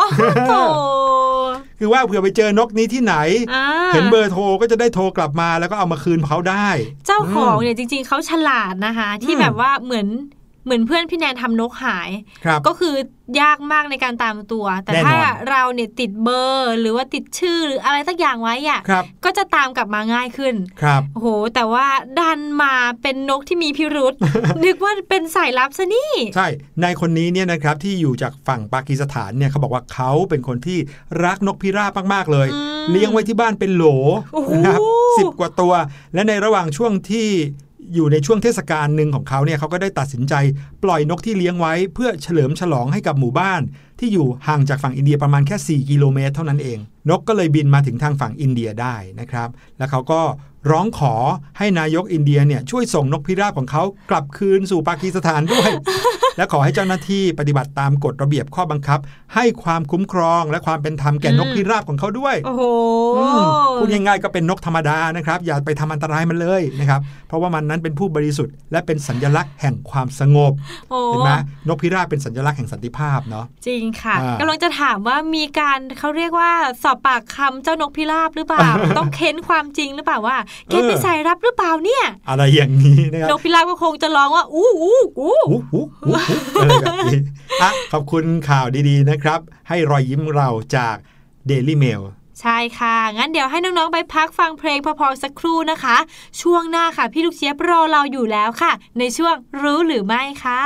Speaker 1: คือว่าเผื่อไปเจอนกนี้ที่ไหนเห็นเบอร์โทรก็จะได้โทรกลับมาแล้วก็เอามาคืนเขาได้
Speaker 2: เจ้าของเนี่ยจริงๆเขาฉลาดนะคะที่แบบว่าเหมือนเพื่อนพี่แนนทำนกหายก็คือยากมากในการตามตัวแต่ถ้าเราเนี่ยติดเบอร์หรือว่าติดชื่อหรืออะไรสักอย่างไว้อ่ะก็จะตามกลับมาง่ายขึ้นโอ้โหแต่ว่าดันมาเป็นนกที่มีพิรุษ นึกว่าเป็นสายลับซะนี่
Speaker 1: ใช่นายคนนี้เนี่ยนะครับที่อยู่จากฝั่งปากีสถานเนี่ยเขาบอกว่าเขาเป็นคนที่รักนกพิราบมากๆเลยเลี้ยงไว้ที่บ้านเป็นโหลนะครับ10 กว่าตัวและในระหว่างช่วงที่อยู่ในช่วงเทศกาลหนึ่งของเขาเนี่ยเขาก็ได้ตัดสินใจปล่อยนกที่เลี้ยงไว้เพื่อเฉลิมฉลองให้กับหมู่บ้านที่อยู่ห่างจากฝั่งอินเดียประมาณแค่4 กิโลเมตรเท่านั้นเองนกก็เลยบินมาถึงทางฝั่งอินเดียได้นะครับแล้วเขาก็ร้องขอให้นายกอินเดียเนี่ยช่วยส่งนกพิราบของเขากลับคืนสู่ปากีสถานด้วย และขอให้เจ้าหน้าที่ปฏิบัติตามกฎระเบียบข้อบังคับให้ความคุ้มครองและความเป็นธรรมแก่นกพิราบของเขาด้วย
Speaker 2: โอ้โห
Speaker 1: พูดง่ายๆก็เป็นนกธรรมดานะครับอย่าไปทำอันตรายมันเลยนะครับเพราะว่ามันนั้นเป็นผู้บริสุทธิ์และเป็นสัญลักษณ์แห่งความสงบเห็นไหมนกพิราบเป็นสัญลักษณ์แห่งสันติภาพเนาะ
Speaker 2: จริงค่ะกำลังจะถามว่ามีการเขาเรียกว่าสอบปากคำเจ้านกพิราบหรือเปล่า ต้องเค้นความจริงหรือเปล่าว่าแกเป็นสายลับหรือเปล่าเนี่ย
Speaker 1: อะไรอย่างนี้นะครับ
Speaker 2: นกพิราบก็คงจะร้องว่าอู้
Speaker 1: อะไรแบบนี้ขอบคุณข่าวดีๆนะครับให้รอยยิ้มเราจาก Daily Mail
Speaker 2: ใช่ค่ะงั้นเดี๋ยวให้น้องๆไปพักฟังเพลงพอๆสักครู่นะคะช่วงหน้าค่ะพี่ลูกเจี๊ยบรอเราอยู่แล้วค่ะในช่วงรู้หรือไม่ค่ะ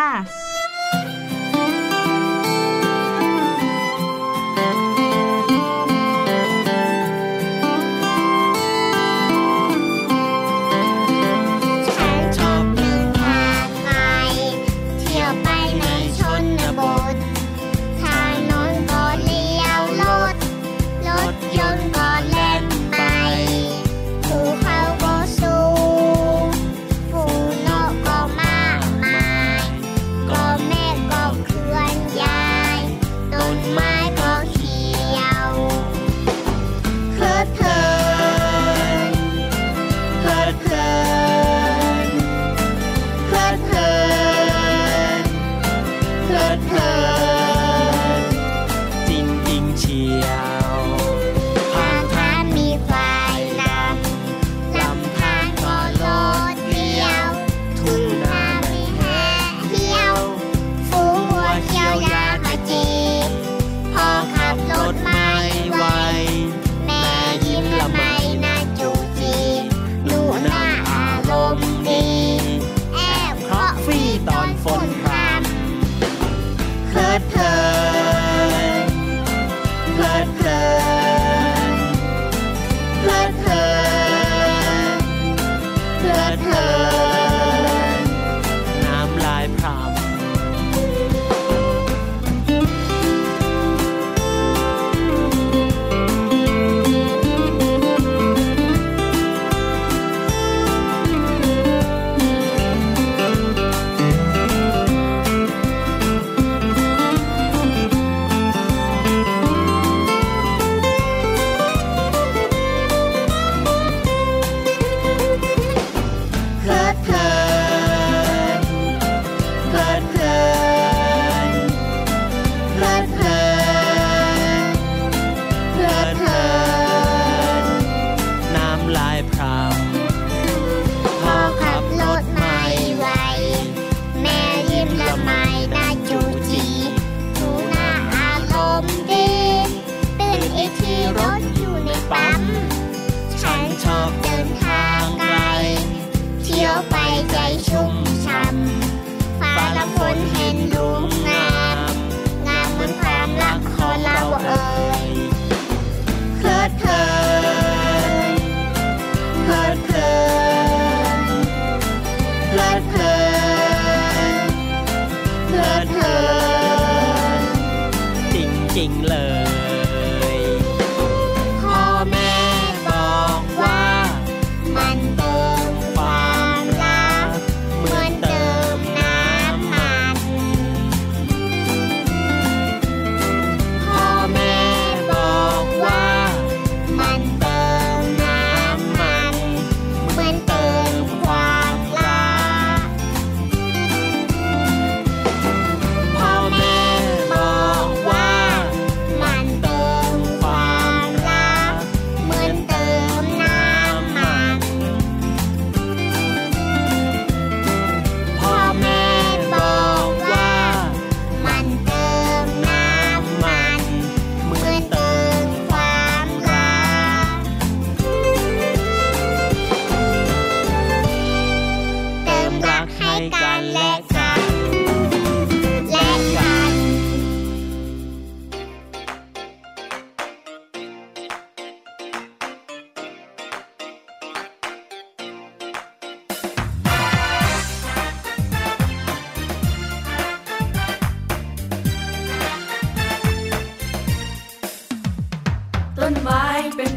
Speaker 3: ชอบ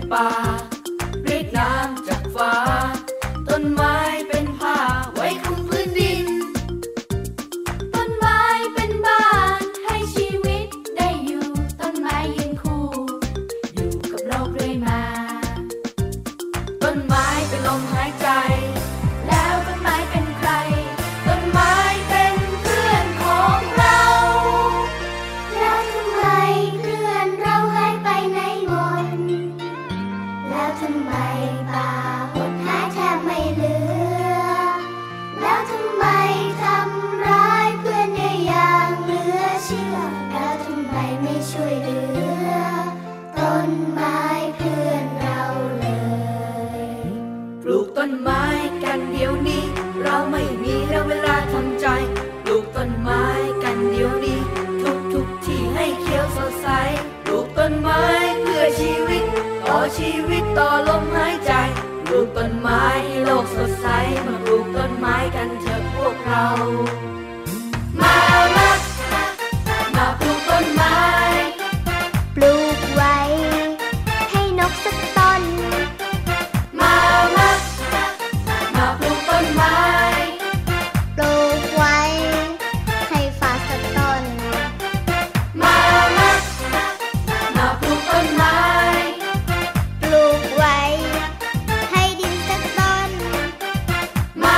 Speaker 5: ป่าเรียกน้ำจากฟ้าต้นไม้เป็นผ้าไว้คลุมพื้นดิน
Speaker 4: ต้นไม้เป็นบ้านให้ชีวิตได้อยู่ต้นไม้ยืนคู่อยู่กับโลกเรื่อยมา
Speaker 5: ต้นไม้เป็นลมหายใจ
Speaker 4: แล้วต้นไม้เป็นใครต้นไม้เป็นเพื่อนของเราแล้วทำไมเพื่อนเราหายไปไหนหมดแล้วทำไมป่าหดหายแทบไม่เหลือแล้วทำไมทำร้ายเพื่อนได้อย่างเหลือเชื่อแล้วทำไมไม่ช่วยเหลือต้นไม้เพื่อนเราเลย
Speaker 5: ปลูกต้นไม้กันเดี๋ยวนี้เราไม่มีเวลาทำใจปลูกต้นไม้กันเดี๋ยวนี้ทุกที่ให้เขียวสดใสปลูกต้นไม้เพื่อชีวิตต่อชีวิตต่อลมหายใจปลูกต้นไม้ให้โลกสดใสมาปลูกต้นไม้กันเถอะพวกเรามาปลูกต้นไม้
Speaker 4: ปลูกไว้ให้นกสักต้น
Speaker 5: มาปลูกต้นไม้
Speaker 4: ปลูกไว้ให้ฟ้าสักต้น
Speaker 5: มาปลูกต้นไม้
Speaker 4: ปลูกไว้ให้ดินสักต้น
Speaker 5: มา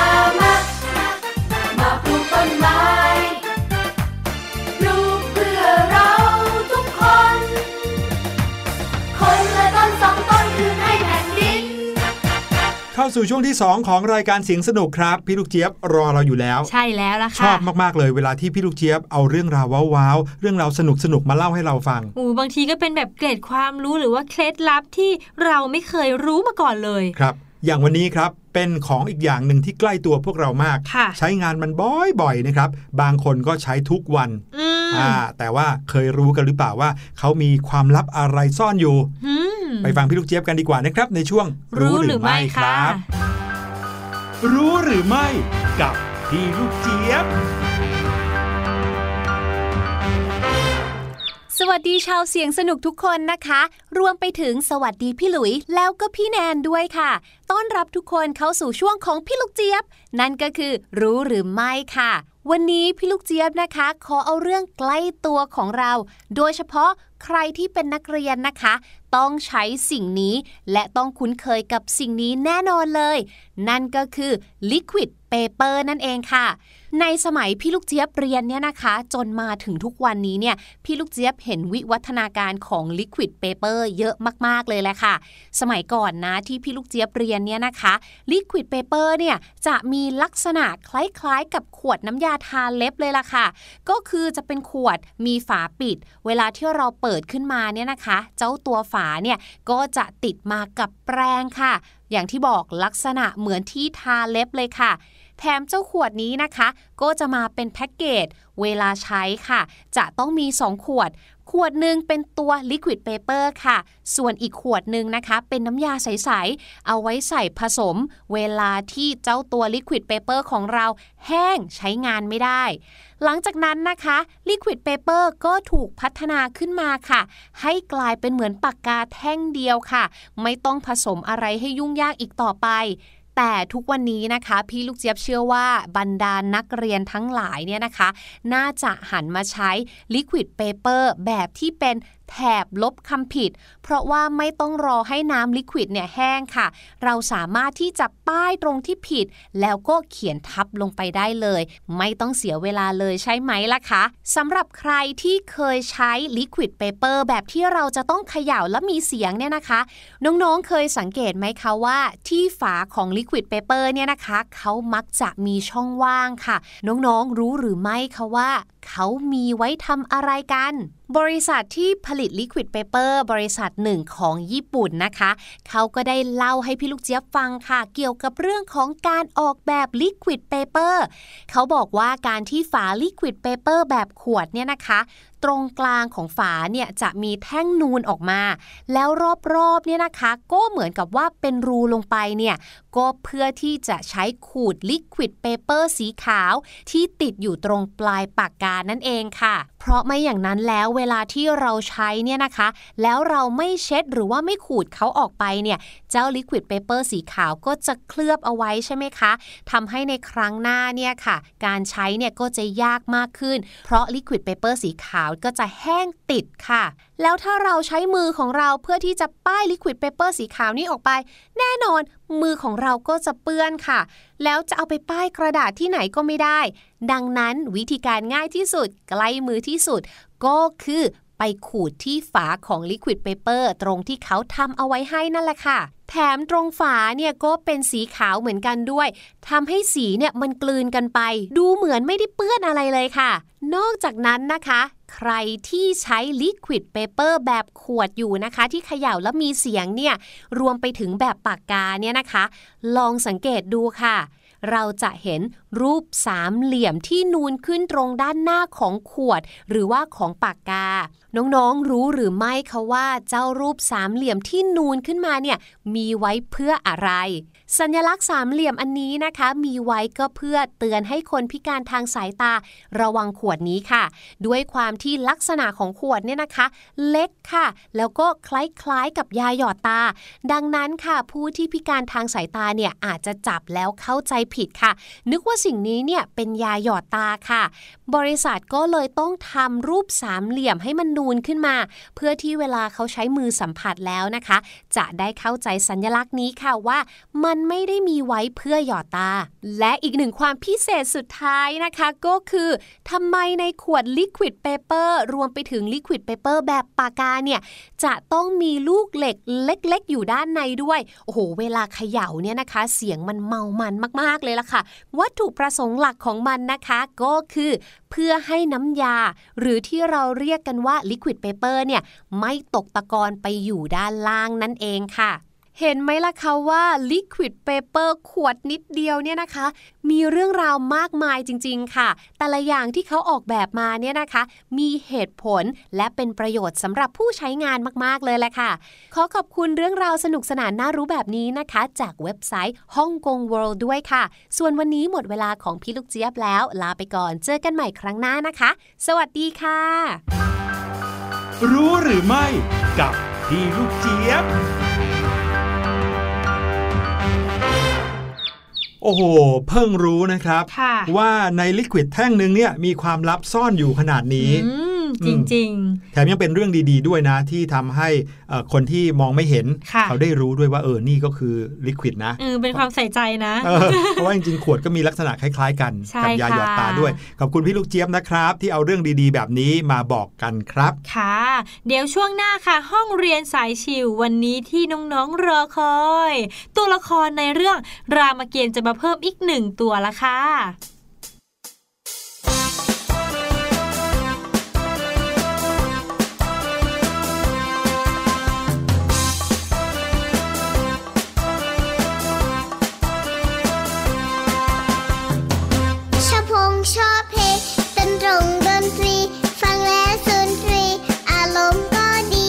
Speaker 5: ปลูกต้นไม้ปลูกเพื่อเราทุกคน
Speaker 4: คนละต้นสองต้นคืนให้แผ่นดิน
Speaker 1: เข้าสู่ช่วงที่2ของรายการเสียงสนุกครับพี่ลูกเจี๊ยบรอเราอยู่แล้ว
Speaker 2: ใช่แล้วล่ะค่ะ
Speaker 1: ชอบมากๆเลยเวลาที่พี่ลูกเจี๊ยบเอาเรื่องราวว้าวๆเรื่องราวสนุกๆมาเล่าให้เราฟัง
Speaker 2: บางทีก็เป็นแบบเกร็ดความรู้หรือว่าเคล็ดลับที่เราไม่เคยรู้มาก่อนเลย
Speaker 1: ครับอย่างวันนี้ครับเป็นของอีกอย่างหนึ่งที่ใกล้ตัวพวกเรามากใช้งานมันบ่อยๆนะครับบางคนก็ใช้ทุกวันแต่ว่าเคยรู้กันหรือเปล่าว่าเขามีความลับอะไรซ่อนอยู่ไปฟังพี่ลูกเจี๊ยบกันดีกว่านะครับในช่วง
Speaker 2: รู้หรือไม่ครับ
Speaker 1: รู้หรือไม่กับพี่ลูกเจี๊ยบ
Speaker 6: สวัสดีชาวเสียงสนุกทุกคนนะคะรวมไปถึงสวัสดีพี่หลุยแล้วก็พี่แนนด้วยค่ะต้อนรับทุกคนเข้าสู่ช่วงของพี่ลูกเจี๊ยบนั่นก็คือรู้หรือไม่ค่ะวันนี้พี่ลูกเจี๊ยบนะคะขอเอาเรื่องใกล้ตัวของเราโดยเฉพาะใครที่เป็นนักเรียนนะคะต้องใช้สิ่งนี้และต้องคุ้นเคยกับสิ่งนี้แน่นอนเลยนั่นก็คือ liquid paper นั่นเองค่ะในสมัยพี่ลูกเจี๊ยบเรียนเนี่ยนะคะจนมาถึงทุกวันนี้เนี่ยพี่ลูกเจี๊ยบเห็นวิวัฒนาการของ liquid paper เยอะมากๆเลยแหละค่ะสมัยก่อนนะที่พี่ลูกเจี๊ยบเรียนเนี่ยนะคะ liquid paper เนี่ยจะมีลักษณะคล้ายๆกับขวดน้ำยาทาเล็บเลยล่ะค่ะก็คือจะเป็นขวดมีฝาปิดเวลาที่เราเปิดขึ้นมาเนี่ยนะคะเจ้าตัวฝาเนี่ยก็จะติดมากับแปรงค่ะอย่างที่บอกลักษณะเหมือนที่ทาเล็บเลยค่ะแถมเจ้าขวดนี้นะคะก็จะมาเป็นแพ็กเกจเวลาใช้ค่ะจะต้องมี2ขวดหนึ่งเป็นตัว liquid paper ค่ะส่วนอีกขวดนึงนะคะเป็นน้ำยาใสๆเอาไว้ใส่ผสมเวลาที่เจ้าตัว liquid paper ของเราแห้งใช้งานไม่ได้หลังจากนั้นนะคะ liquid paper ก็ถูกพัฒนาขึ้นมาค่ะให้กลายเป็นเหมือนปากกาแท่งเดียวค่ะไม่ต้องผสมอะไรให้ยุ่งยากอีกต่อไปแต่ทุกวันนี้นะคะพี่ลูกเจี๊ยบเชื่อว่าบรรดานักเรียนทั้งหลายเนี่ยนะคะน่าจะหันมาใช้ liquid paper แบบที่เป็นแถบลบคำผิดเพราะว่าไม่ต้องรอให้น้ำลิควิดเนี่ยแห้งค่ะเราสามารถที่จะป้ายตรงที่ผิดแล้วก็เขียนทับลงไปได้เลยไม่ต้องเสียเวลาเลยใช่ไหมล่ะคะสำหรับใครที่เคยใช้ liquid paper แบบที่เราจะต้องเขย่าและมีเสียงเนี่ยนะคะน้องๆเคยสังเกตไหมคะว่าที่ฝาของ liquid paper เนี่ยนะคะเขามักจะมีช่องว่างค่ะน้องๆรู้หรือไม่คะว่าเขามีไว้ทำอะไรกันบริษัทที่ผลิต liquid paper บริษัทหนึ่งของญี่ปุ่นนะคะเขาก็ได้เล่าให้พี่ลูกเจี๊ยบฟังค่ะเกี่ยวกับเรื่องของการออกแบบ liquid paper เขาบอกว่าการที่ฝา liquid paper แบบขวดเนี่ยนะคะตรงกลางของฝาเนี่ยจะมีแท่งนูนออกมาแล้วรอบๆเนี่ยนะคะก็เหมือนกับว่าเป็นรูลงไปเนี่ยก็เพื่อที่จะใช้ขูด liquid paper สีขาวที่ติดอยู่ตรงปลายปากกานั่นเองค่ะเพราะไม่อย่างนั้นแล้วเวลาที่เราใช้เนี่ยนะคะแล้วเราไม่เช็ดหรือว่าไม่ขูดเขาออกไปเนี่ยเจ้า liquid paper สีขาวก็จะเคลือบเอาไว้ใช่ไหมคะทำให้ในครั้งหน้าเนี่ยค่ะการใช้เนี่ยก็จะยากมากขึ้นเพราะ liquid paper สีขาวก็จะแห้งติดค่ะแล้วถ้าเราใช้มือของเราเพื่อที่จะป้าย liquid paper สีขาวนี้ออกไปแน่นอนมือของเราก็จะเปื้อนค่ะแล้วจะเอาไปป้ายกระดาษที่ไหนก็ไม่ได้ดังนั้นวิธีการง่ายที่สุดใกล้มือที่สุดก็คือไปขูดที่ฝาของ liquid paper ตรงที่เขาทำเอาไว้ให้นั่นแหละค่ะแถมตรงฝาเนี่ยก็เป็นสีขาวเหมือนกันด้วยทำให้สีเนี่ยมันกลืนกันไปดูเหมือนไม่ได้เปื้อนอะไรเลยค่ะนอกจากนั้นนะคะใครที่ใช้ liquid paper แบบขวดอยู่นะคะที่เขย่าแล้วมีเสียงเนี่ยรวมไปถึงแบบปากกาเนี่ยนะคะลองสังเกตดูค่ะเราจะเห็นรูปสามเหลี่ยมที่นูนขึ้นตรงด้านหน้าของขวดหรือว่าของปากกาน้องๆรู้หรือไม่คะว่าเจ้ารูปสามเหลี่ยมที่นูนขึ้นมาเนี่ยมีไว้เพื่ออะไรสัญลักษณ์สามเหลี่ยมอันนี้นะคะมีไว้ก็เพื่อเตือนให้คนพิการทางสายตาระวังขวดนี้ค่ะด้วยความที่ลักษณะของขวดเนี่ยนะคะเล็กค่ะแล้วก็คล้ายๆกับยาหยอดตาดังนั้นค่ะผู้ที่พิการทางสายตาเนี่ยอาจจะจับแล้วเข้าใจผิดค่ะนึกว่าสิ่งนี้เนี่ยเป็นยาหยอดตาค่ะบริษัทก็เลยต้องทำรูปสามเหลี่ยมให้มันนูนขึ้นมาเพื่อที่เวลาเขาใช้มือสัมผัสแล้วนะคะจะได้เข้าใจสัญลักษณ์นี้ค่ะว่ามันไม่ได้มีไว้เพื่อหยอดตาและอีกหนึ่งความพิเศษสุดท้ายนะคะก็คือทำไมในขวด liquid paper รวมไปถึง liquid paper แบบปากกาเนี่ยจะต้องมีลูกเหล็กเล็กๆอยู่ด้านในด้วยโอ้โหเวลาเขย่าเนี่ยนะคะเสียงมันเมามันมากๆเลยล่ะค่ะวัตถุประสงค์หลักของมันนะคะก็คือเพื่อให้น้ำยาหรือที่เราเรียกกันว่า liquid paper เนี่ยไม่ตกตะกอนไปอยู่ด้านล่างนั่นเองค่ะเห็นไหมล่ะคะว่า liquid paper ขวดนิดเดียวเนี่ยนะคะมีเรื่องราวมากมายจริงๆค่ะแต่ละอย่างที่เขาออกแบบมาเนี่ยนะคะมีเหตุผลและเป็นประโยชน์สำหรับผู้ใช้งานมากๆเลยแหละค่ะขอขอบคุณเรื่องราวสนุกสนานน่ารู้แบบนี้นะคะจากเว็บไซต์ฮ่องกง World ด้วยค่ะส่วนวันนี้หมดเวลาของพี่ลูกเจี๊ยบแล้วลาไปก่อนเจอกันใหม่ครั้งหน้านะคะสวัสดีค่ะ
Speaker 1: รู้หรือไม่กับพี่ลูกเจี๊ยบโอ้โหเพิ่งรู้นะครับว่าในลิควิดแท่งนึงเนี่ยมีความลับซ่อนอยู่ขนาดนี้
Speaker 2: จริงๆ
Speaker 1: แถมยังเป็นเรื่องดีๆด้วยนะที่ทำให้คนที่มองไม่เห็นเขาได้รู้ด้วยว่านี่ก็คือลิควิดนะ
Speaker 2: เป็นความใส่ใจนะ
Speaker 1: เพราะว่าจริงๆขวดก็มีลักษณะคล้ายๆกันกับยาหยอดตาด้วยขอบคุณพี่ลูกเจี๊ยบนะครับที่เอาเรื่องดีๆแบบนี้มาบอกกันครับ
Speaker 2: ค่ะเดี๋ยวช่วงหน้าค่ะห้องเรียนสายชิววันนี้ที่น้องๆรอคอยตัวละครในเรื่องรามเกียรติ์จะมาเพิ่มอีก1ตัวละค่ะ
Speaker 4: ชอบเพลงดนตรีฟังแล้วสุนทรีอารมณ์ก็ดี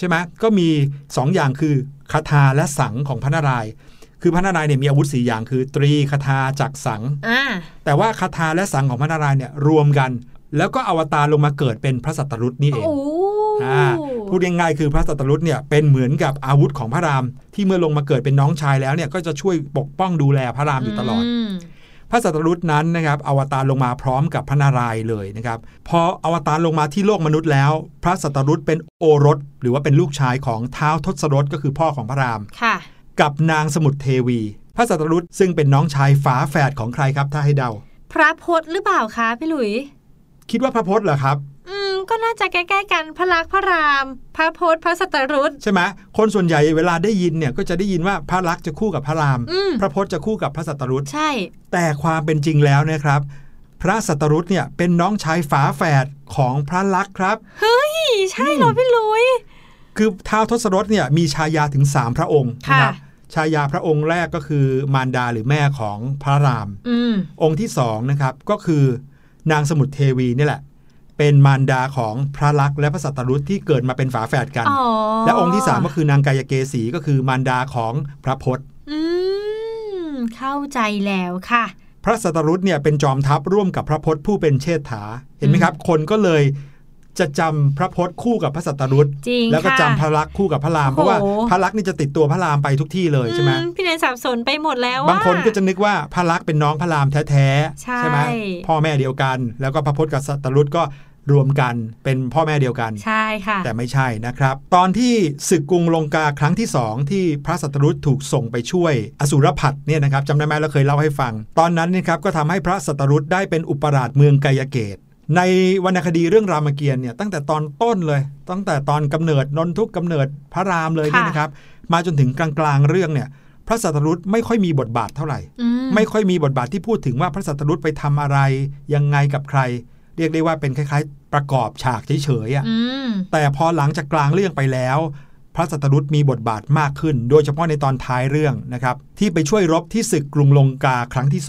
Speaker 1: ใช่ไหมก็มี2อย่างคือคาถาและสังของพระนารายณ์คือพระนารายณ์เนี่ยมีอาวุธ4อย่างคือตรีคาถาจักรสังแต่ว่าคาถาและสังของพระนารายณ์เนี่ยรวมกันแล้วก็อวตารลงมาเกิดเป็นพระสัตตรุตนี่เองพูดง่ายๆคือพระสัตตรุตเนี่ยเป็นเหมือนกับอาวุธของพระรามที่เมื่อลงมาเกิดเป็นน้องชายแล้วเนี่ยก็จะช่วยปกป้องดูแลพระรามอยู่ตลอดพระสัตตรุตนั้นนะครับอวตารลงมาพร้อมกับพระนารายณ์เลยนะครับพออวตารลงมาที่โลกมนุษย์แล้วพระสัตตรุตเป็นโอรสหรือว่าเป็นลูกชายของท้าวทศรถก็คือพ่อของพระรามกับนางสมุทรเทวีพระสัตตรุตซึ่งเป็นน้องชายฝาแฝดของใครครับถ้าให้เดา
Speaker 2: พระพจน์หรือเปล่าคะพี่หลุย
Speaker 1: คิดว่าพระพจน์เหรอครับ
Speaker 2: ก็น่าจะใกล้ๆกันพระลักษณ์พระรามพระพจน์พระสัตตรุต
Speaker 1: ใช่ไหมคนส่วนใหญ่เวลาได้ยินเนี่ยก็จะได้ยินว่าพระลักษณ์จะคู่กับพระรามพระพจน์จะคู่กับพระสัตตรุต
Speaker 2: ใช่
Speaker 1: แต่ความเป็นจริงแล้วนะครับพระสัตตรุตเนี่ยเป็นน้องชายฝาแฝดของพระลักษณ์ครับ
Speaker 2: เฮ้ยใช่เหรอพี่ลุย
Speaker 1: คือท้าวทศรถเนี่ยมีชายาถึง3พระองค์นะครับชายาพระองค์แรกก็คือมารดาหรือแม่ของพระรามองค์ที่2นะครับก็คือนางสมุทรเทวีนี่แหละเป็นมารดาของพระลักษณ์และพระสัตตรุตที่เกิดมาเป็นฝาแฝดกันและองค์ที่3ก็คือนางกายเกษีก็คือมารดาของพระพจน์
Speaker 2: เข้าใจแล้วค่ะ
Speaker 1: พระสัตตรุตเนี่ยเป็นจอมทัพร่วมกับพระพจน์ผู้เป็นเชษฐาเห็นไหมครับคนก็เลยจะจำพระพจน์คู่กับพระสัตตรุตแล้วก็จำพระลักษณ์คู่กับพระรามเพราะว่าพระลักษณ์นี่จะติดตัวพระรามไปทุกที่เลยใช่ไหม
Speaker 2: พี่เนยสับสนไปหมดแล้ว
Speaker 1: บางคนก็จะนึกว่าพระลักษณ์เป็นน้องพระรามแท้ๆใช่ไหมพ่อแม่เดียวกันแล้วก็พระพจน์กับสัตตรุตก็รวมกันเป็นพ่อแม่เดียวกัน
Speaker 2: ใช่ค่ะ
Speaker 1: แต่ไม่ใช่นะครับตอนที่ศึกกรุงลงกาครั้งที่2ที่พระสัตตรุตถูกส่งไปช่วยอสูรผัดเนี่ยนะครับจำได้ไหมเราเคยเล่าให้ฟังตอนนั้นนะครับก็ทำให้พระสัตตรุตได้เป็นอุปราชเมืองกายเกตในวรรณคดีเรื่องรามเกียรติ์เนี่ยตั้งแต่ตอนต้นเลยตั้งแต่ตอนกำเนิดนนทุกข์กำเนิดพระรามเลยเนี่ยนะครับมาจนถึงกลางๆเรื่องเนี่ยพระสัตตรุตไม่ค่อยมีบทบาทเท่าไหร่ไม่ค่อยมีบทบาทที่พูดถึงว่าพระสัตตรุตไปทำอะไรยังไงกับใครเรียกได้ว่าเป็นคล้ายๆประกอบฉากเฉยๆแต่พอหลังจากกลางเรื่องไปแล้วพระสัตตรุตมีบทบาทมากขึ้นโดยเฉพาะในตอนท้ายเรื่องนะครับที่ไปช่วยรบที่ศึกกรุงลงกาครั้งที่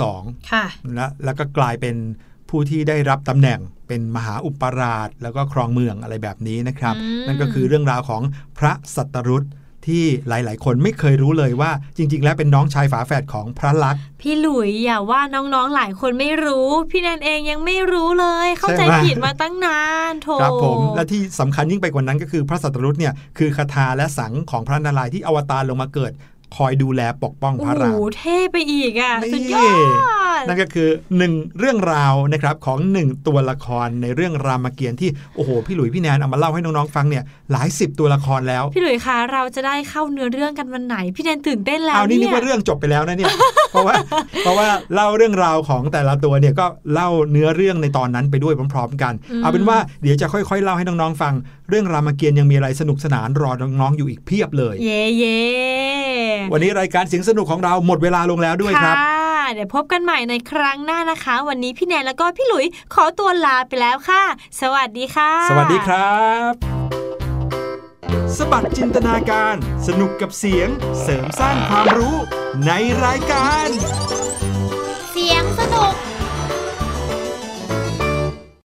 Speaker 1: 2แล้วก็กลายเป็นผู้ที่ได้รับตำแหน่งเป็นมหาอุปราชแล้วก็ครองเมืองอะไรแบบนี้นะครับนั่นก็คือเรื่องราวของพระสัตตรุตที่หลายๆคนไม่เคยรู้เลยว่าจริงๆแล้วเป็นน้องชายฝาแฝดของพระลักษณ์
Speaker 2: พี่หลุยอย่าว่าน้องๆหลายคนไม่รู้พี่แนนเองยังไม่รู้เลยเข้าใจผิดมาตั้งนานโถ
Speaker 1: ครับผมและที่สำคัญยิ่งไปกว่านั้นก็คือพระสัตตรุตเนี่ยคือคาถาและสังของพระนารายณ์ที่อวตารลงมาเกิดคอยดูแลปกป้องพระราม
Speaker 2: โอ้เท่ไปอีกอ่ะสุดยอด
Speaker 1: นั่นก็คือ1เรื่องราวนะครับของ1ตัวละครในเรื่องรามเกียรติ์ที่โอ้โหพี่หลุยพี่แนนเอามาเล่าให้น้องๆฟังเนี่ยหลาย10ตัวละครแล้ว
Speaker 2: พี่หลุยคะเราจะได้เข้าเนื้อเรื่องกันวันไหนพี่แนนตื่นเต้นแล้ว
Speaker 1: นี่นึกว่าเรื่องจบไปแล้วนะเนี่ยเพราะว่าเล่าเรื่องราวของแต่ละตัวเนี่ยก็เล่าเนื้อเรื่องในตอนนั้นไปด้วยพร้อมๆกันเอาเป็นว่าเดี๋ยวจะค่อยๆเล่าให้น้องๆฟังเรื่องรามเกียรติ์ยังมีอะไรสนุกสนานรอน้องๆอยู่อีกเพียบเลย
Speaker 2: เย่
Speaker 1: วันนี้รายการเสียงสนุกของเราหมดเวลาลงแล้วด้วยครับ
Speaker 2: เดี๋ยวพบกันใหม่ในครั้งหน้านะคะวันนี้พี่แนนแล้วก็พี่หลุยขอตัวลาไปแล้วค่ะสวัสดีค่ะ
Speaker 1: สวัสดีครับสบัดจินตนาการสนุกกับเสียงเสริมสร้างความรู้ในรายการ